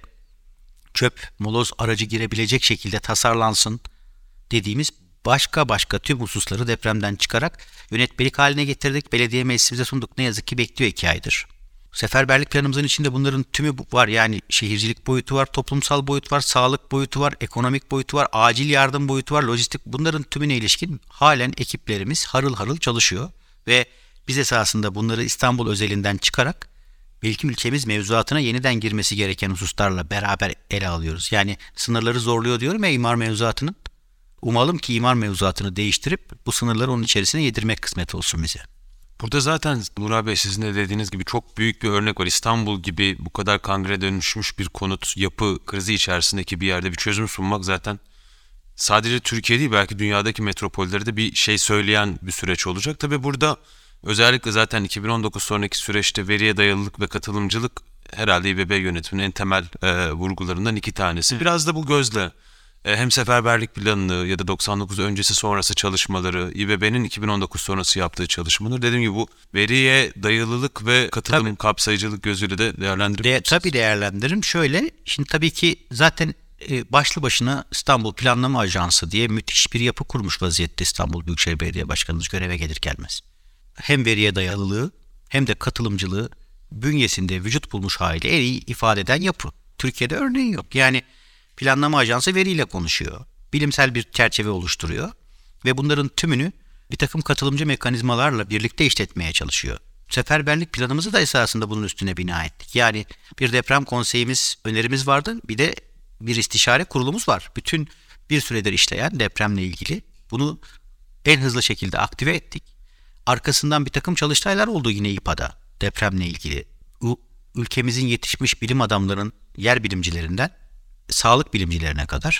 çöp, moloz aracı girebilecek şekilde tasarlansın dediğimiz başka tüm hususları depremden çıkarak yönetmelik haline getirdik. Belediye meclisimize sunduk. Ne yazık ki bekliyor 2 aydır. Seferberlik planımızın içinde bunların tümü var. Yani şehircilik boyutu var, toplumsal boyut var, sağlık boyutu var, ekonomik boyutu var, acil yardım boyutu var, lojistik. Bunların tümüne ilişkin halen ekiplerimiz harıl harıl çalışıyor. Ve biz esasında bunları İstanbul özelinden çıkarak belki ülkemiz mevzuatına yeniden girmesi gereken hususlarla beraber ele alıyoruz. Yani sınırları zorluyor diyorum ya imar mevzuatının. Umalım ki imar mevzuatını değiştirip bu sınırları onun içerisine yedirmek kısmet olsun bize. Burada zaten Murat Bey sizin de dediğiniz gibi çok büyük bir örnek var. İstanbul gibi bu kadar kangre dönüşmüş bir konut yapı krizi içerisindeki bir yerde bir çözüm sunmak zaten sadece Türkiye değil belki dünyadaki metropollerde de bir şey söyleyen bir süreç olacak. Tabii burada özellikle zaten 2019 sonraki süreçte veriye dayalılık ve katılımcılık herhalde İBB yönetiminin en temel vurgularından 2 tanesi. Biraz da bu gözle hem seferberlik planını ya da 99 öncesi sonrası çalışmaları, İBB'nin 2019 sonrası yaptığı çalışmaları dediğim gibi bu veriye dayalılık ve katılım kapsayıcılık gözüyle de değerlendirebiliriz. Tabii değerlendiririm. Şöyle, şimdi tabii ki zaten başlı başına İstanbul Planlama Ajansı diye müthiş bir yapı kurmuş vaziyette İstanbul Büyükşehir Belediye Başkanımız göreve gelir gelmez. Hem veriye dayalılığı hem de katılımcılığı bünyesinde vücut bulmuş haliyle en iyi ifade eden yapı. Türkiye'de örneği yok. Yani Planlama Ajansı veriyle konuşuyor. Bilimsel bir çerçeve oluşturuyor. Ve bunların tümünü bir takım katılımcı mekanizmalarla birlikte işletmeye çalışıyor. Seferberlik planımızı da esasında bunun üstüne bina ettik. Yani bir deprem konseyimiz, önerimiz vardı. Bir de bir istişare kurulumuz var. Bütün bir süredir işleyen depremle ilgili. Bunu en hızlı şekilde aktive ettik. Arkasından bir takım çalıştaylar oldu yine İPA'da depremle ilgili. Ülkemizin yetişmiş bilim adamlarının, yer bilimcilerinden sağlık bilimcilerine kadar,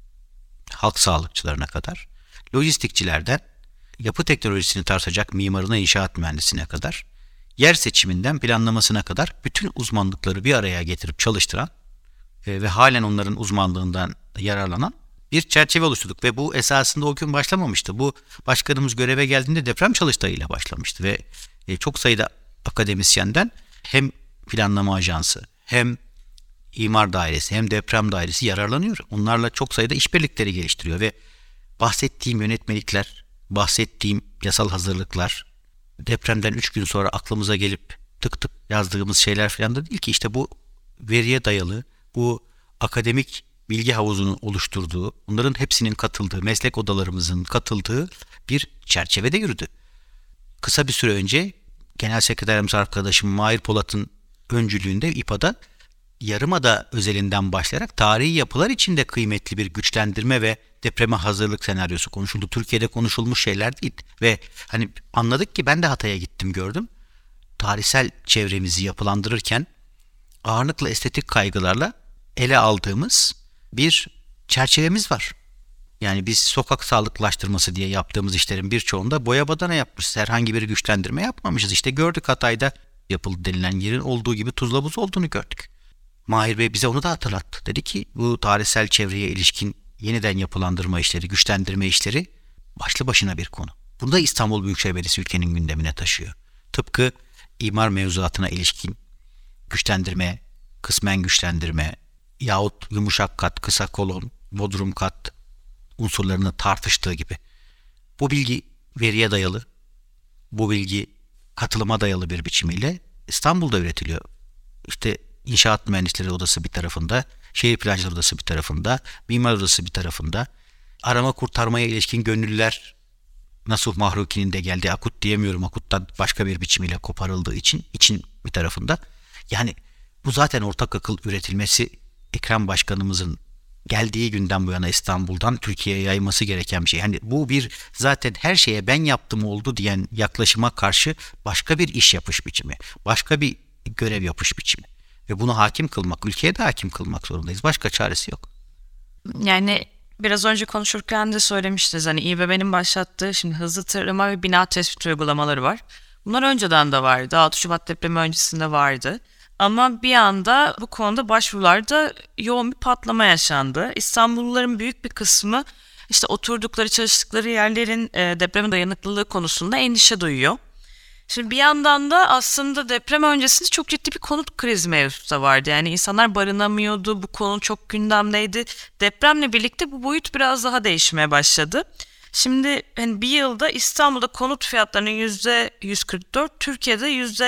halk sağlıkçılarına kadar, lojistikçilerden yapı teknolojisini tartacak mimarına, inşaat mühendisine kadar, yer seçiminden planlamasına kadar bütün uzmanlıkları bir araya getirip çalıştıran ve halen onların uzmanlığından yararlanan bir çerçeve oluşturduk. Ve bu esasında o gün başlamamıştı. Bu başkanımız göreve geldiğinde deprem çalıştayıyla başlamıştı ve çok sayıda akademisyenden hem planlama ajansı hem imar dairesi hem deprem dairesi yararlanıyor. Onlarla çok sayıda işbirlikleri geliştiriyor ve bahsettiğim yönetmelikler, bahsettiğim yasal hazırlıklar depremden 3 gün sonra aklımıza gelip tık tık yazdığımız şeyler falan da değil ki. İşte bu veriye dayalı, bu akademik bilgi havuzunun oluşturduğu, bunların hepsinin katıldığı, meslek odalarımızın katıldığı bir çerçevede yürüdü. Kısa bir süre önce Genel Sekreterimiz arkadaşım Mahir Polat'ın öncülüğünde İPA'da Yarımada özelinden başlayarak tarihi yapılar içinde kıymetli bir güçlendirme ve depreme hazırlık senaryosu konuşuldu. Türkiye'de konuşulmuş şeyler değil. Ve hani anladık ki, ben de Hatay'a gittim, gördüm. Tarihsel çevremizi yapılandırırken ağırlıkla estetik kaygılarla ele aldığımız bir çerçevemiz var. Yani biz sokak sağlıklaştırması diye yaptığımız işlerin birçoğunda boya badana yapmışız. Herhangi bir güçlendirme yapmamışız. İşte gördük, Hatay'da yapıldı denilen yerin olduğu gibi tuzla buz olduğunu gördük. Mahir Bey bize onu da hatırlattı. Dedi ki bu tarihsel çevreye ilişkin yeniden yapılandırma işleri, güçlendirme işleri başlı başına bir konu. Bunu da İstanbul Büyükşehir Belediyesi ülkenin gündemine taşıyor. Tıpkı imar mevzuatına ilişkin güçlendirme, kısmen güçlendirme yahut yumuşak kat, kısa kolon, bodrum kat unsurlarını tartıştığı gibi. Bu bilgi veriye dayalı, bu bilgi katılıma dayalı bir biçimiyle İstanbul'da üretiliyor. İşte İnşaat Mühendisleri Odası bir tarafında, Şehir Plancıları Odası bir tarafında, Mimar Odası bir tarafında, arama kurtarmaya ilişkin gönüllüler, Nasuh Mahruki'nin de geldiği, Akut diyemiyorum, Akut'tan başka bir biçimiyle koparıldığı için bir tarafında. Yani bu zaten ortak akıl üretilmesi Ekrem Başkanımızın geldiği günden bu yana İstanbul'dan Türkiye'ye yayması gereken bir şey. Yani bu bir zaten her şeye ben yaptım oldu diyen yaklaşıma karşı başka bir iş yapış biçimi, başka bir görev yapış biçimi. Ve bunu hakim kılmak, ülkeye de hakim kılmak zorundayız. Başka çaresi yok. Yani biraz önce konuşurken de söylemiştiniz, hani İBB'nin başlattığı şimdi hızlı tarama ve bina tespit uygulamaları var. Bunlar önceden de vardı. 6 Şubat depremi öncesinde vardı. Ama bir anda bu konuda başvurularda yoğun bir patlama yaşandı. İstanbulluların büyük bir kısmı işte oturdukları, çalıştıkları yerlerin depreme dayanıklılığı konusunda endişe duyuyor. Şimdi bir yandan da aslında deprem öncesinde çok ciddi bir konut krizi mevzusu da vardı. Yani insanlar barınamıyordu, bu konu çok gündemdeydi. Depremle birlikte bu boyut biraz daha değişmeye başladı. Şimdi hani bir yılda İstanbul'da konut fiyatlarının %144, Türkiye'de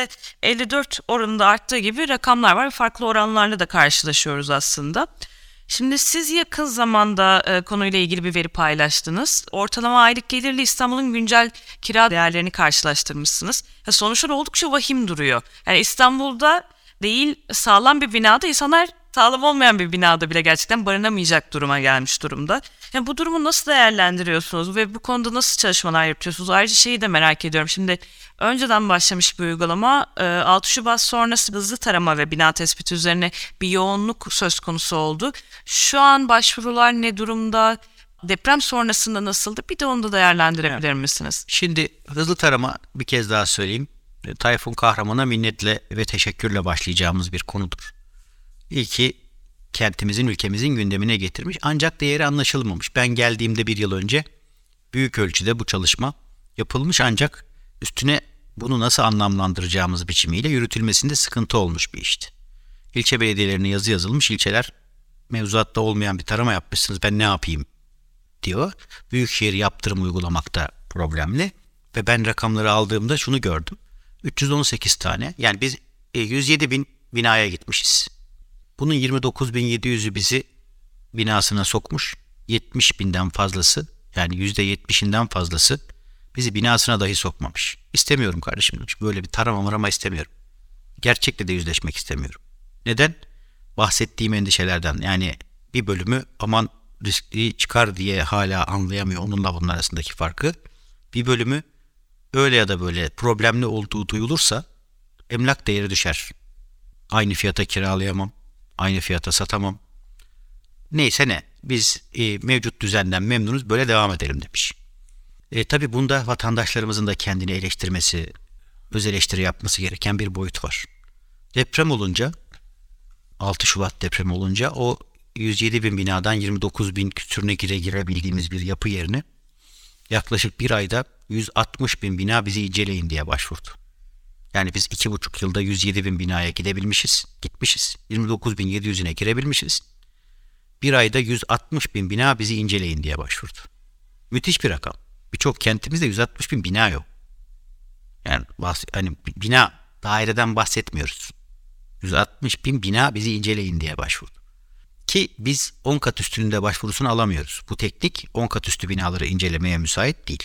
%54 oranında arttığı gibi rakamlar var. Farklı oranlarla da karşılaşıyoruz aslında. Şimdi siz yakın zamanda konuyla ilgili bir veri paylaştınız. Ortalama aylık gelirli İstanbul'un güncel kira değerlerini karşılaştırmışsınız. Sonuçlar oldukça vahim duruyor. Yani İstanbul'da değil, sağlam bir binada insanlar sağlam olmayan bir binada bile gerçekten barınamayacak duruma gelmiş durumda. Yani bu durumu nasıl değerlendiriyorsunuz ve bu konuda nasıl çalışmalar yapıyorsunuz? Ayrıca şeyi de merak ediyorum. Şimdi önceden başlamış bir uygulama, 6 Şubat sonrası hızlı tarama ve bina tespiti üzerine bir yoğunluk söz konusu oldu. Şu an başvurular ne durumda? Deprem sonrasında nasıldı? Bir de onu da değerlendirebilir misiniz? Şimdi hızlı tarama, bir kez daha söyleyeyim, Tayfun Kahraman'a minnetle ve teşekkürle başlayacağımız bir konudur. İyi ki kentimizin, ülkemizin gündemine getirmiş, ancak değeri anlaşılmamış. Ben geldiğimde bir yıl önce büyük ölçüde bu çalışma yapılmış, ancak üstüne bunu nasıl anlamlandıracağımız biçimiyle yürütülmesinde sıkıntı olmuş bir işti. İlçe belediyelerine yazı yazılmış, ilçeler mevzuatta olmayan bir tarama yapmışsınız, ben ne yapayım diyor. Büyükşehir yaptırım uygulamakta problemli ve ben rakamları aldığımda şunu gördüm. 318 tane, yani biz 107 bin binaya gitmişiz. Bunun 29.700'ü bizi binasına sokmuş. 70 binden fazlası, yani %70'inden fazlası bizi binasına dahi sokmamış. İstemiyorum kardeşim. Böyle bir tarama istemiyorum. Gerçekle de yüzleşmek istemiyorum. Neden? Bahsettiğim endişelerden. Yani bir bölümü aman riskli çıkar diye hala anlayamıyor onunla bunun arasındaki farkı. Bir bölümü öyle ya da böyle problemli olduğu duyulursa emlak değeri düşer. Aynı fiyata kiralayamam. Aynı fiyata satamam. Neyse ne. Biz mevcut düzenden memnunuz. Böyle devam edelim demiş. Tabii bunda vatandaşlarımızın da kendini eleştirmesi, öz eleştiri yapması gereken bir boyut var. Deprem olunca, 6 Şubat depremi olunca o 107 bin binadan 29 bin küsürüne girebildiğimiz bir yapı yerine yaklaşık bir ayda 160 bin bina bizi inceleyin diye başvurdu. Yani biz 2,5 yılda 107 bin binaya gitmişiz. 29.700'üne girebilmişiz. Bir ayda 160 bin bina bizi inceleyin diye başvurdu. Müthiş bir rakam. Birçok kentimizde 160 bin bina yok. Yani hani bina, daireden bahsetmiyoruz. 160 bin bina bizi inceleyin diye başvurdu. Ki biz 10 kat üstünde başvurusunu alamıyoruz. Bu teknik 10 kat üstü binaları incelemeye müsait değil.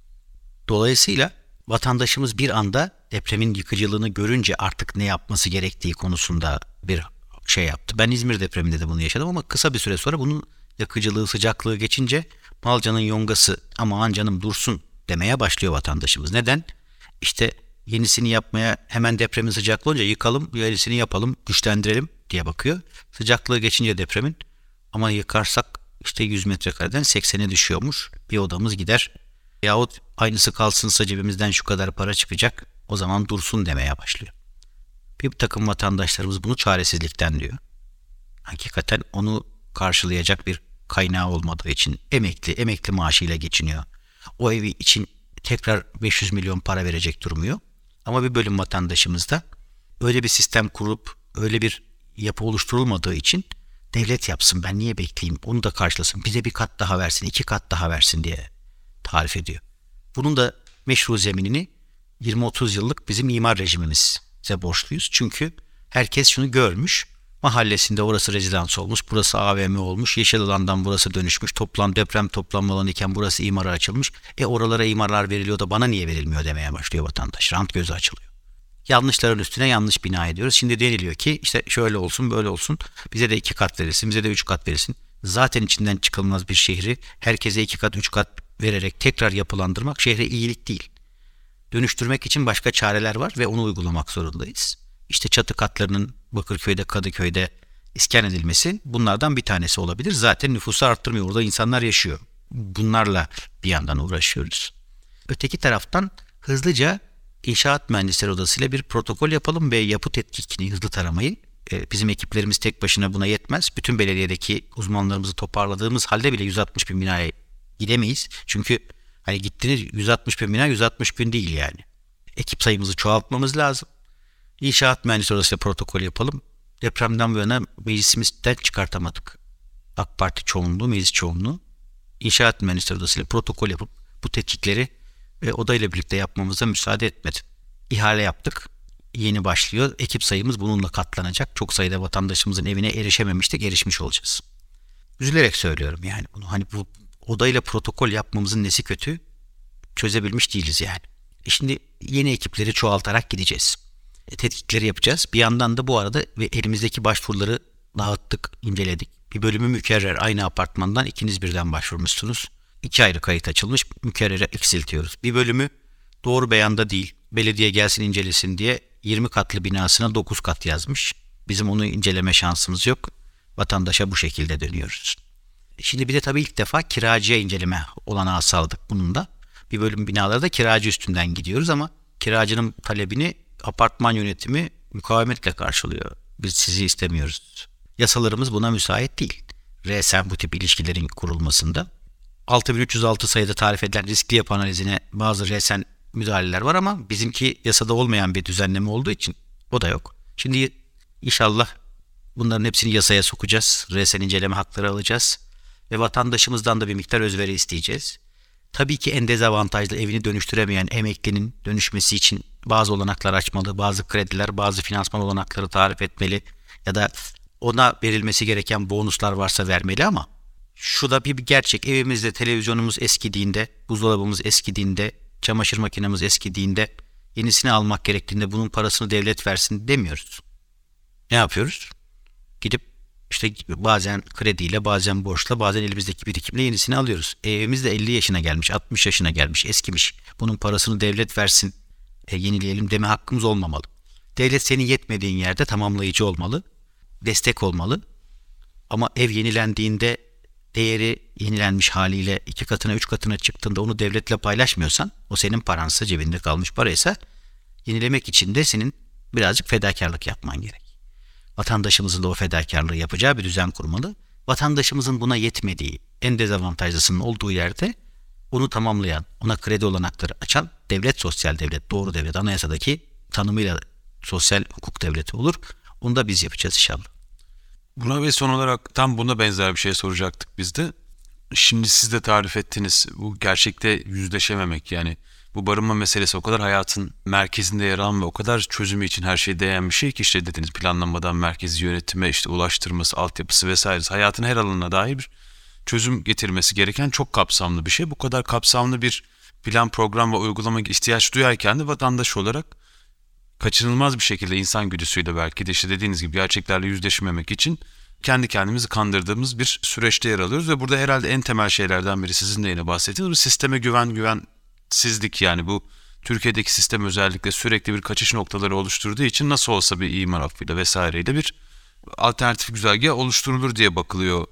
Dolayısıyla vatandaşımız bir anda depremin yıkıcılığını görünce artık ne yapması gerektiği konusunda bir şey yaptı. Ben İzmir depreminde de bunu yaşadım ama kısa bir süre sonra bunun yakıcılığı, sıcaklığı geçince Malca'nın yongası aman canım dursun demeye başlıyor vatandaşımız. Neden? İşte yenisini yapmaya hemen depremin sıcaklığı olunca yıkalım, yenisini yapalım, güçlendirelim diye bakıyor. Sıcaklığı geçince depremin ama yıkarsak işte 100 metrekareden 80'e düşüyormuş. Bir odamız gider. Yahut aynısı kalsınsa cebimizden şu kadar para çıkacak. O zaman dursun demeye başlıyor. Bir takım vatandaşlarımız bunu çaresizlikten diyor. Hakikaten onu karşılayacak bir kaynağı olmadığı için emekli maaşıyla geçiniyor. O evi için tekrar 500 milyon para verecek durumu yok. Ama bir bölüm vatandaşımız da öyle bir sistem kurup öyle bir yapı oluşturulmadığı için devlet yapsın, ben niye bekleyeyim, onu da karşılasın, bize bir kat daha versin, 2 kat daha versin diye tarif ediyor. Bunun da meşru zeminini 20-30 yıllık bizim imar rejimimize borçluyuz. Çünkü herkes şunu görmüş, mahallesinde orası rezidans olmuş, burası AVM olmuş, yeşil alandan burası dönüşmüş, deprem toplanma alanı iken burası imara açılmış. Oralara imarlar veriliyor da bana niye verilmiyor demeye başlıyor vatandaş. Rant gözü açılıyor. Yanlışların üstüne yanlış bina ediyoruz. Şimdi deniliyor ki işte şöyle olsun böyle olsun, bize de 2 kat verilsin, bize de 3 kat verilsin. Zaten içinden çıkılmaz bir şehri herkese 2 kat 3 kat vererek tekrar yapılandırmak şehre iyilik değil. Dönüştürmek için başka çareler var ve onu uygulamak zorundayız. İşte çatı katlarının Bakırköy'de, Kadıköy'de iskan edilmesi bunlardan bir tanesi olabilir. Zaten nüfusu arttırmıyor. Orada insanlar yaşıyor. Bunlarla bir yandan uğraşıyoruz. Öteki taraftan hızlıca İnşaat Mühendisleri Odası ile bir protokol yapalım ve yapı tetkikini, hızlı taramayı. Bizim ekiplerimiz tek başına buna yetmez. Bütün belediyedeki uzmanlarımızı toparladığımız halde bile 160 bin binaya gidemeyiz. Çünkü hani gittiniz 160 bin bina 160 bin değil yani. Ekip sayımızı çoğaltmamız lazım. İnşaat Mühendisleri Odası ile protokol yapalım. Depremden bu yana meclisimizden çıkartamadık. AK Parti çoğunluğu, meclis çoğunluğu İnşaat Mühendisleri Odası ile protokol yapıp bu tetkikleri odayla birlikte yapmamıza müsaade etmedi. İhale yaptık. Yeni başlıyor. Ekip sayımız bununla katlanacak. Çok sayıda vatandaşımızın evine erişememiştik. Erişmiş olacağız. Üzülerek söylüyorum yani bunu. Hani bu odayla protokol yapmamızın nesi kötü? Çözebilmiş değiliz yani. Şimdi yeni ekipleri çoğaltarak gideceğiz. Tetkikleri yapacağız. Bir yandan da bu arada ve elimizdeki başvuruları dağıttık, inceledik. Bir bölümü mükerrer. Aynı apartmandan ikiniz birden başvurmuşsunuz. 2 ayrı kayıt açılmış. Mükerrere eksiltiyoruz. Bir bölümü doğru beyanda değil. Belediye gelsin incelesin diye 20 katlı binasına 9 kat yazmış. Bizim onu inceleme şansımız yok. Vatandaşa bu şekilde dönüyoruz. Şimdi bir de tabii ilk defa kiracıya inceleme olanağı sağladık bunun da. Bir bölüm binalarda kiracı üstünden gidiyoruz ama kiracının talebini apartman yönetimi mukavemetle karşılıyor. Biz sizi istemiyoruz. Yasalarımız buna müsait değil. Resen bu tip ilişkilerin kurulmasında. 6306 sayıda tarif edilen riskli yapı analizine bazı resen müdahaleler var ama bizimki yasada olmayan bir düzenleme olduğu için o da yok. Şimdi inşallah bunların hepsini yasaya sokacağız. Resen inceleme hakları alacağız. Ve vatandaşımızdan da bir miktar özveri isteyeceğiz. Tabii ki en dezavantajlı evini dönüştüremeyen emeklinin dönüşmesi için bazı olanaklar açmalı, bazı krediler, bazı finansman olanakları tarif etmeli ya da ona verilmesi gereken bonuslar varsa vermeli ama şu da bir gerçek. Evimizde televizyonumuz eskidiğinde, buzdolabımız eskidiğinde, çamaşır makinemiz eskidiğinde yenisini almak gerektiğinde bunun parasını devlet versin demiyoruz. Ne yapıyoruz? Gidip işte bazen krediyle, bazen borçla, bazen elimizdeki birikimle yenisini alıyoruz. Evimiz de 50 yaşına gelmiş, 60 yaşına gelmiş, eskimiş. Bunun parasını devlet versin, yenileyelim deme hakkımız olmamalı. Devlet senin yetmediğin yerde tamamlayıcı olmalı, destek olmalı. Ama ev yenilendiğinde değeri yenilenmiş haliyle 2 katına 3 katına çıktığında onu devletle paylaşmıyorsan, o senin paransa, cebinde kalmış paraysa yenilemek için de senin birazcık fedakarlık yapman gerek. Vatandaşımızın da o fedakarlığı yapacağı bir düzen kurmalı. Vatandaşımızın buna yetmediği, en dezavantajlısının olduğu yerde onu tamamlayan, ona kredi olanakları açan devlet, sosyal devlet, doğru devlet, anayasadaki tanımıyla sosyal hukuk devleti olur. Onu da biz yapacağız inşallah. Buna ve son olarak tam buna benzer bir şey soracaktık biz de. Şimdi siz de tarif ettiniz. Bu gerçekte yüzleşememek, yani bu barınma meselesi o kadar hayatın merkezinde yer alan ve o kadar çözümü için her şeye değen bir şey ki, işte dediniz, planlamadan merkezi yönetime, işte ulaştırması, altyapısı vesairesi, hayatın her alanına dair bir çözüm getirmesi gereken çok kapsamlı bir şey. Bu kadar kapsamlı bir plan, program ve uygulama ihtiyaç duyarken de vatandaş olarak kaçınılmaz bir şekilde insan güdüsüyle, belki de işte dediğiniz gibi gerçeklerle yüzleşmemek için kendi kendimizi kandırdığımız bir süreçte yer alıyoruz ve burada herhalde en temel şeylerden biri, sizin de yine bahsettiğiniz, bu sisteme güvensizlik. Yani bu Türkiye'deki sistem özellikle sürekli bir kaçış noktaları oluşturduğu için nasıl olsa bir imar affıyla vesaireyle bir alternatif güzergah oluşturulur diye bakılıyor.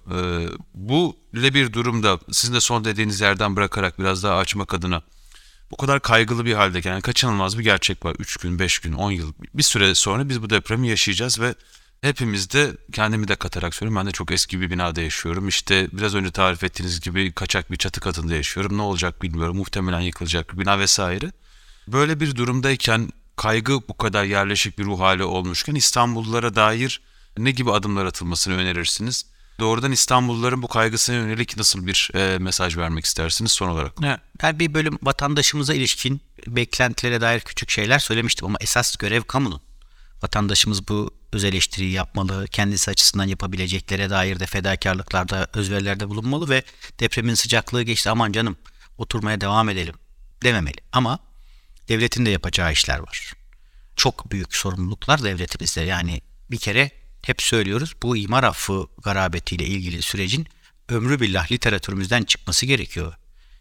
Bu ile bir durumda sizin de son dediğiniz yerden bırakarak biraz daha açmak adına, bu kadar kaygılı bir haldeyken, yani kaçınılmaz bir gerçek var. 3 gün, 5 gün, 10 yıl, bir süre sonra biz bu depremi yaşayacağız ve hepimiz de, kendimi de katarak söylüyorum, ben de çok eski bir binada yaşıyorum. İşte biraz önce tarif ettiğiniz gibi kaçak bir çatı katında yaşıyorum. Ne olacak bilmiyorum. Muhtemelen yıkılacak bir bina vesaire. Böyle bir durumdayken, kaygı bu kadar yerleşik bir ruh hali olmuşken, İstanbullulara dair ne gibi adımlar atılmasını önerirsiniz? Doğrudan İstanbulluların bu kaygısına yönelik nasıl bir mesaj vermek istersiniz son olarak? Ben bir bölüm vatandaşımıza ilişkin beklentilere dair küçük şeyler söylemiştim ama esas görev kamunun. Vatandaşımız bu öz eleştiriyi yapmalı, kendisi açısından yapabileceklere dair de fedakarlıklarda, özverilerde bulunmalı ve depremin sıcaklığı geçti, aman canım oturmaya devam edelim dememeli. Ama devletin de yapacağı işler var. Çok büyük sorumluluklar devletimizde. Yani bir kere hep söylüyoruz, bu imar affı garabetiyle ilgili sürecin ömrü billah literatürümüzden çıkması gerekiyor.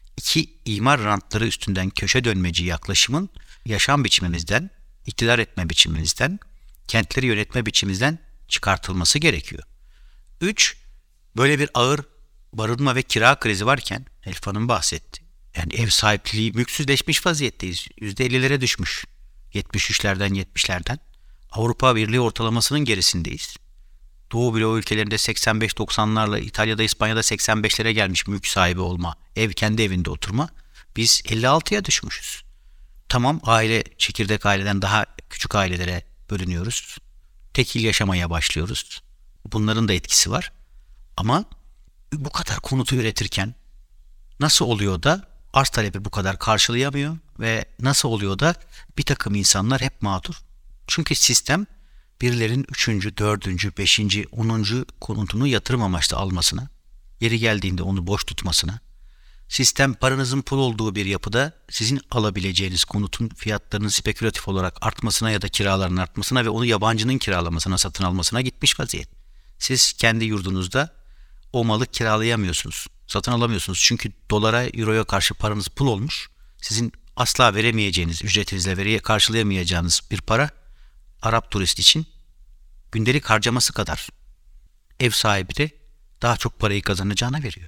İmar rantları üstünden köşe dönmeci yaklaşımın yaşam biçimimizden, iktidar etme biçimimizden, kentleri yönetme biçimimizden çıkartılması gerekiyor. 3, böyle bir ağır barınma ve kira krizi varken, Elif Hanım bahsetti. Yani ev sahipliği mülksüzleşmiş vaziyetteyiz. %50'lere düşmüş. 73'lerden 70'lerden. Avrupa Birliği ortalamasının gerisindeyiz. Doğu bloğu ülkelerinde 85-90'larla, İtalya'da, İspanya'da 85'lere gelmiş mülk sahibi olma, kendi evinde oturma. Biz 56'ya düşmüşüz. Tamam, çekirdek aileden daha küçük ailelere bölünüyoruz. Tekil yaşamaya başlıyoruz. Bunların da etkisi var. Ama bu kadar konutu üretirken nasıl oluyor da arz talebi bu kadar karşılayamıyor ve nasıl oluyor da bir takım insanlar hep mağdur? Çünkü sistem birilerin 3., 4., 5., 10. konutunu yatırım amaçlı almasına, yeri geldiğinde onu boş tutmasına, sistem paranızın pul olduğu bir yapıda sizin alabileceğiniz konutun fiyatlarının spekülatif olarak artmasına ya da kiraların artmasına ve onu yabancının kiralamasına, satın almasına gitmiş vaziyet. Siz kendi yurdunuzda o malı kiralayamıyorsunuz, satın alamıyorsunuz. Çünkü dolara, euroya karşı paranız pul olmuş. Sizin asla veremeyeceğiniz, ücretinizle karşılayamayacağınız bir para, Arap turist için gündelik harcaması kadar ev sahibi de daha çok parayı kazanacağına veriyor.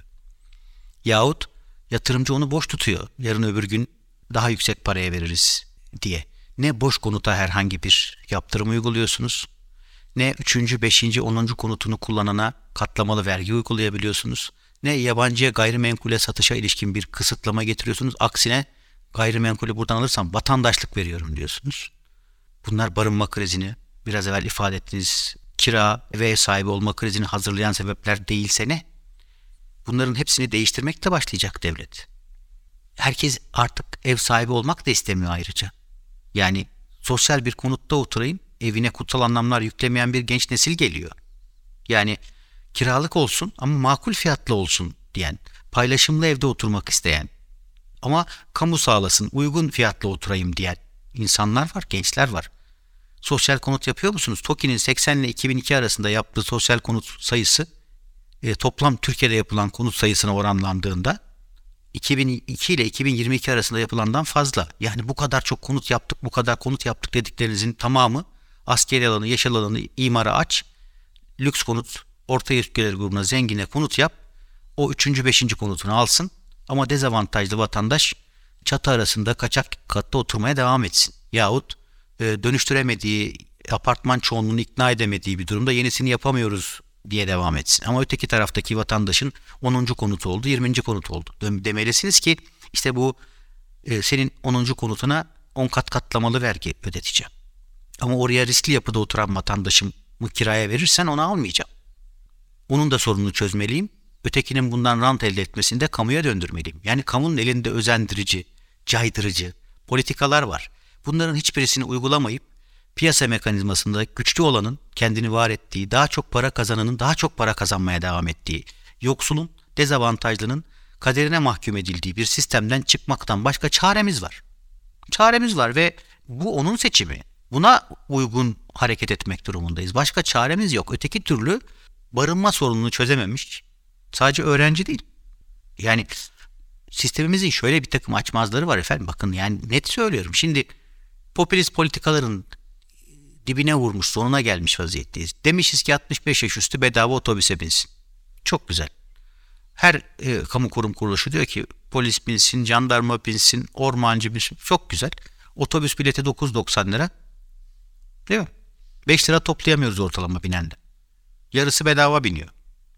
Yahut yatırımcı onu boş tutuyor. Yarın öbür gün daha yüksek paraya veririz diye. Ne boş konuta herhangi bir yaptırım uyguluyorsunuz, ne 3., 5., 10. konutunu kullanana katlamalı vergi uygulayabiliyorsunuz, ne yabancıya gayrimenkule satışa ilişkin bir kısıtlama getiriyorsunuz. Aksine gayrimenkulü buradan alırsam vatandaşlık veriyorum diyorsunuz. Bunlar barınma krizini, biraz evvel ifade ettiğiniz kira ve ev sahibi olma krizini hazırlayan sebepler değilse ne? Bunların hepsini değiştirmek de başlayacak devlet. Herkes artık ev sahibi olmak da istemiyor ayrıca. Yani sosyal bir konutta oturayım, evine kutsal anlamlar yüklemeyen bir genç nesil geliyor. Yani kiralık olsun ama makul fiyatlı olsun diyen, paylaşımlı evde oturmak isteyen ama kamu sağlasın, uygun fiyatlı oturayım diyen insanlar var, gençler var. Sosyal konut yapıyor musunuz? TOKİ'nin 80 ile 2002 arasında yaptığı sosyal konut sayısı toplam Türkiye'de yapılan konut sayısına oranlandığında 2002 ile 2022 arasında yapılandan fazla. Yani bu kadar çok konut yaptık, bu kadar konut yaptık dediklerinizin tamamı askeri alanı, yeşil alanı imara aç, lüks konut, orta üst gelir grubuna, zengine konut yap, o 3., 5. konutunu alsın ama dezavantajlı vatandaş çatı arasında kaçak katta oturmaya devam etsin. Yahut dönüştüremediği, apartman çoğunluğunu ikna edemediği bir durumda yenisini yapamıyoruz diye devam etsin. Ama öteki taraftaki vatandaşın 10. konutu oldu, 20. konut oldu. Demelisiniz ki işte bu senin 10. konutuna 10 kat katlamalı vergi ödeteceğim. Ama oraya riskli yapıda oturan vatandaşımı kiraya verirsen onu almayacağım. Onun da sorununu çözmeliyim. ötekinin bundan rant elde etmesini de kamuya döndürmeliyim. Yani kamunun elinde özendirici, caydırıcı politikalar var. Bunların hiçbirisini uygulamayıp piyasa mekanizmasında güçlü olanın kendini var ettiği, daha çok para kazananın daha çok para kazanmaya devam ettiği, yoksulun, dezavantajlının kaderine mahkum edildiği bir sistemden çıkmaktan başka çaremiz var. Çaremiz var ve bu onun seçimi. Buna uygun hareket etmek durumundayız. Başka çaremiz yok. Öteki türlü barınma sorununu çözememiş sadece öğrenci değil. Yani sistemimizin şöyle bir takım açmazları var efendim. Bakın yani net söylüyorum. Şimdi popülist politikaların dibine vurmuş, sonuna gelmiş vaziyetteyiz. Demişiz ki 65 yaş üstü bedava otobüse binsin. Çok güzel. Her kamu kurum kuruluşu diyor ki polis binsin, jandarma binsin, ormancı binsin. Çok güzel. Otobüs bileti 9,90 lira. Değil mi? 5 lira toplayamıyoruz ortalama binende. Yarısı bedava biniyor.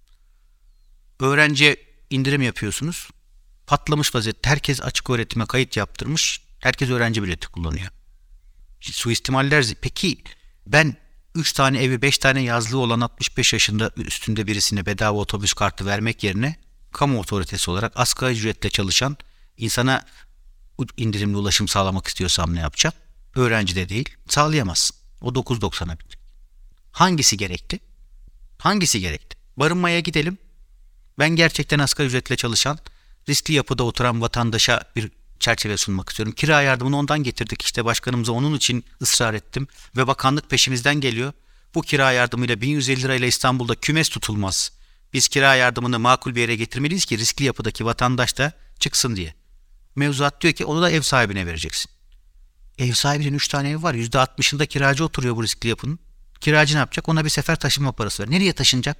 Öğrenciye indirim yapıyorsunuz. Patlamış vaziyette. Herkes açık öğretime kayıt yaptırmış. Herkes öğrenci bileti kullanıyor. Suistimaller. Peki ben 3 tane evi 5 tane yazlığı olan 65 yaşında üstünde birisine bedava otobüs kartı vermek yerine kamu otoritesi olarak asgari ücretle çalışan insana indirimli ulaşım sağlamak istiyorsam ne yapacağım? Öğrenci de değil. Sağlayamazsın. O 9,90'a bitecek. Hangisi gerekti? Hangisi gerekti? Barınmaya gidelim. Ben gerçekten asgari ücretle çalışan, riskli yapıda oturan vatandaşa bir çerçeve sunmak istiyorum. Kira yardımını ondan getirdik. İşte başkanımıza onun için ısrar ettim. Ve bakanlık peşimizden geliyor. Bu kira yardımıyla 1150 lirayla İstanbul'da kümes tutulmaz. Biz kira yardımını makul bir yere getirmeliyiz ki riskli yapıdaki vatandaş da çıksın diye. Mevzuat diyor ki onu da ev sahibine vereceksin. Ev sahibinin 3 tane ev var. %60'ında kiracı oturuyor bu riskli yapının. Kiracı ne yapacak? Ona bir sefer taşınma parası ver. Nereye taşınacak?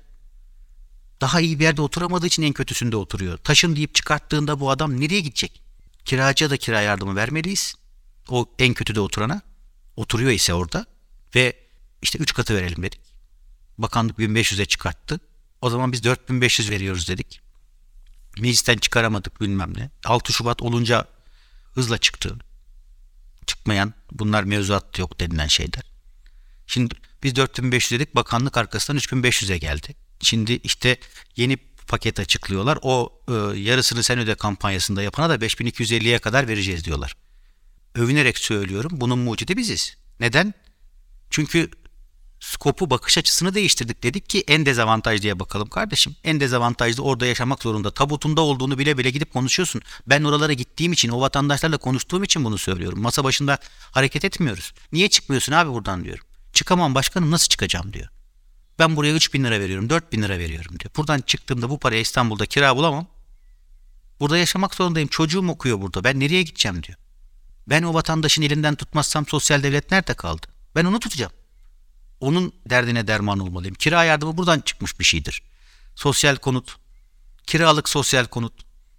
Daha iyi bir yerde oturamadığı için en kötüsünde oturuyor. Taşın deyip çıkarttığında bu adam nereye gidecek? Kiracıya da kira yardımı vermeliyiz. O en kötüde oturana. Oturuyor ise orada. Ve işte 3 katı verelim dedik. Bakanlık 1500'e çıkarttı. O zaman biz 4500 veriyoruz dedik. Meclisten çıkaramadık bilmem ne. 6 Şubat olunca hızla çıktı. Çıkmayan bunlar mevzuat yok denilen şeyler. Şimdi biz 4500 dedik. Bakanlık arkasından 3500'e geldi. Şimdi işte yeni paket açıklıyorlar. O yarısını sen öde kampanyasında yapana da 5250'ye kadar vereceğiz diyorlar. Övünerek söylüyorum. Bunun mucidi biziz. Neden? Çünkü skopu, bakış açısını değiştirdik. Dedik ki en dezavantajlıya bakalım kardeşim. En dezavantajlı orada yaşamak zorunda. Tabutunda olduğunu bile bile gidip konuşuyorsun. Ben oralara gittiğim için, o vatandaşlarla konuştuğum için bunu söylüyorum. Masa başında hareket etmiyoruz. Niye çıkmıyorsun abi buradan diyorum. Çıkamam başkanım, nasıl çıkacağım diyor. Ben buraya 3.000 lira veriyorum, 4.000 lira veriyorum diyor. Buradan çıktığımda bu paraya İstanbul'da kira bulamam. Burada yaşamak zorundayım. Çocuğum okuyor burada. Ben nereye gideceğim diyor. Ben o vatandaşın elinden tutmazsam sosyal devlet nerede kaldı? Ben onu tutacağım. Onun derdine derman olmalıyım. Kira yardımı buradan çıkmış bir şeydir. Sosyal konut, kiralık sosyal konut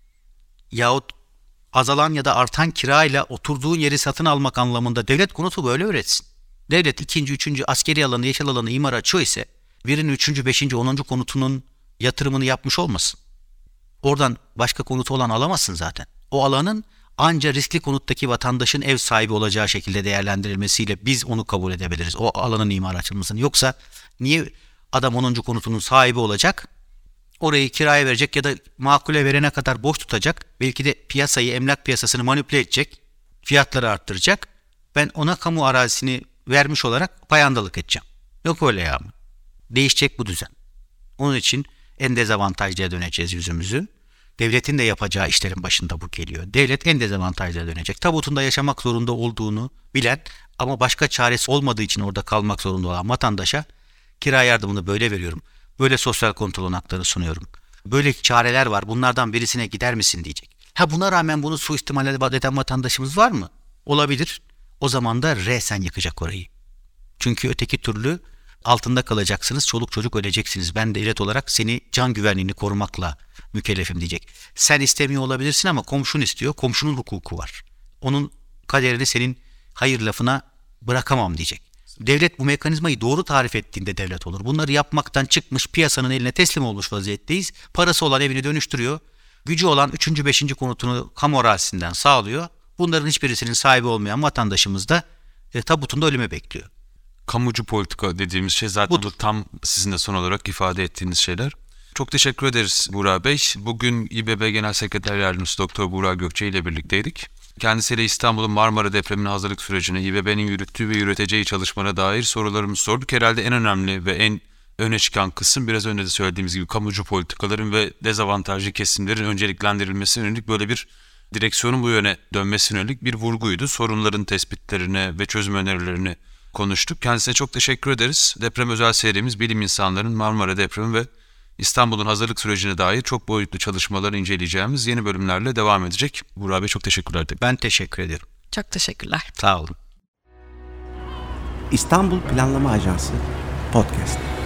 yahut azalan ya da artan kirayla oturduğun yeri satın almak anlamında devlet konutu böyle üretsin. Devlet 2. 3. askeri alanı, yeşil alanı imar açıyor ise birinin 3. 5. 10. konutunun yatırımını yapmış olmasın. Oradan başka konutu olan alamazsın zaten. O alanın anca riskli konuttaki vatandaşın ev sahibi olacağı şekilde değerlendirilmesiyle biz onu kabul edebiliriz. O alanın imar açılmasını. Yoksa niye adam 10. konutunun sahibi olacak? Orayı kiraya verecek ya da makule verene kadar boş tutacak. Belki de piyasayı, emlak piyasasını manipüle edecek. Fiyatları arttıracak. Ben ona kamu arazisini vermiş olarak payandalık edeceğim. Yok öyle ya. Değişecek bu düzen. Onun için en dezavantajlıya döneceğiz yüzümüzü. Devletin de yapacağı işlerin başında bu geliyor. Devlet en dezavantajlıya dönecek. Tabutunda yaşamak zorunda olduğunu bilen ama başka çaresi olmadığı için orada kalmak zorunda olan vatandaşa kira yardımını böyle veriyorum. Böyle sosyal kontrol olanakları sunuyorum. Böyle çareler var. Bunlardan birisine gider misin diyecek. Buna rağmen bunu suistimal eden vatandaşımız var mı? Olabilir. O zaman da resen yakacak orayı. Çünkü öteki türlü altında kalacaksınız, çoluk çocuk öleceksiniz. Ben devlet olarak seni can güvenliğini korumakla mükellefim diyecek. Sen istemiyor olabilirsin ama komşun istiyor. Komşunun hukuku var. Onun kaderini senin hayır lafına bırakamam diyecek. Devlet bu mekanizmayı doğru tarif ettiğinde devlet olur. Bunları yapmaktan çıkmış, piyasanın eline teslim olmuş vaziyetteyiz. Parası olan evini dönüştürüyor. Gücü olan 3. 5. konutunu kamu arazisinden sağlıyor. Bunların hiçbirisinin sahibi olmayan vatandaşımız da tabutunda ölümü bekliyor. Kamucu politika dediğimiz şey zaten bu tam sizin de son olarak ifade ettiğiniz şeyler. Çok teşekkür ederiz Buğra Bey. Bugün İBB Genel Sekreter Yardımcısı Doktor Buğra Gökçe ile birlikteydik. Kendisiyle İstanbul'un Marmara depremine hazırlık sürecine, İBB'nin yürüttüğü ve yürüteceği çalışmalara dair sorularımızı sorduk. Herhalde en önemli ve en öne çıkan kısım biraz önce de söylediğimiz gibi kamucu politikaların ve dezavantajlı kesimlerin önceliklendirilmesine yönelik böyle bir direksiyonun bu yöne dönmesine yönelik bir vurguydu. Sorunların tespitlerine ve çözüm önerilerini konuştuk. Kendisine çok teşekkür ederiz. Deprem özel serimiz bilim insanlarının Marmara depremi ve İstanbul'un hazırlık sürecine dair çok boyutlu çalışmaları inceleyeceğimiz yeni bölümlerle devam edecek. Buğra Bey çok teşekkürler. Ben teşekkür ederim. Çok teşekkürler. Sağ olun. İstanbul Planlama Ajansı Podcast.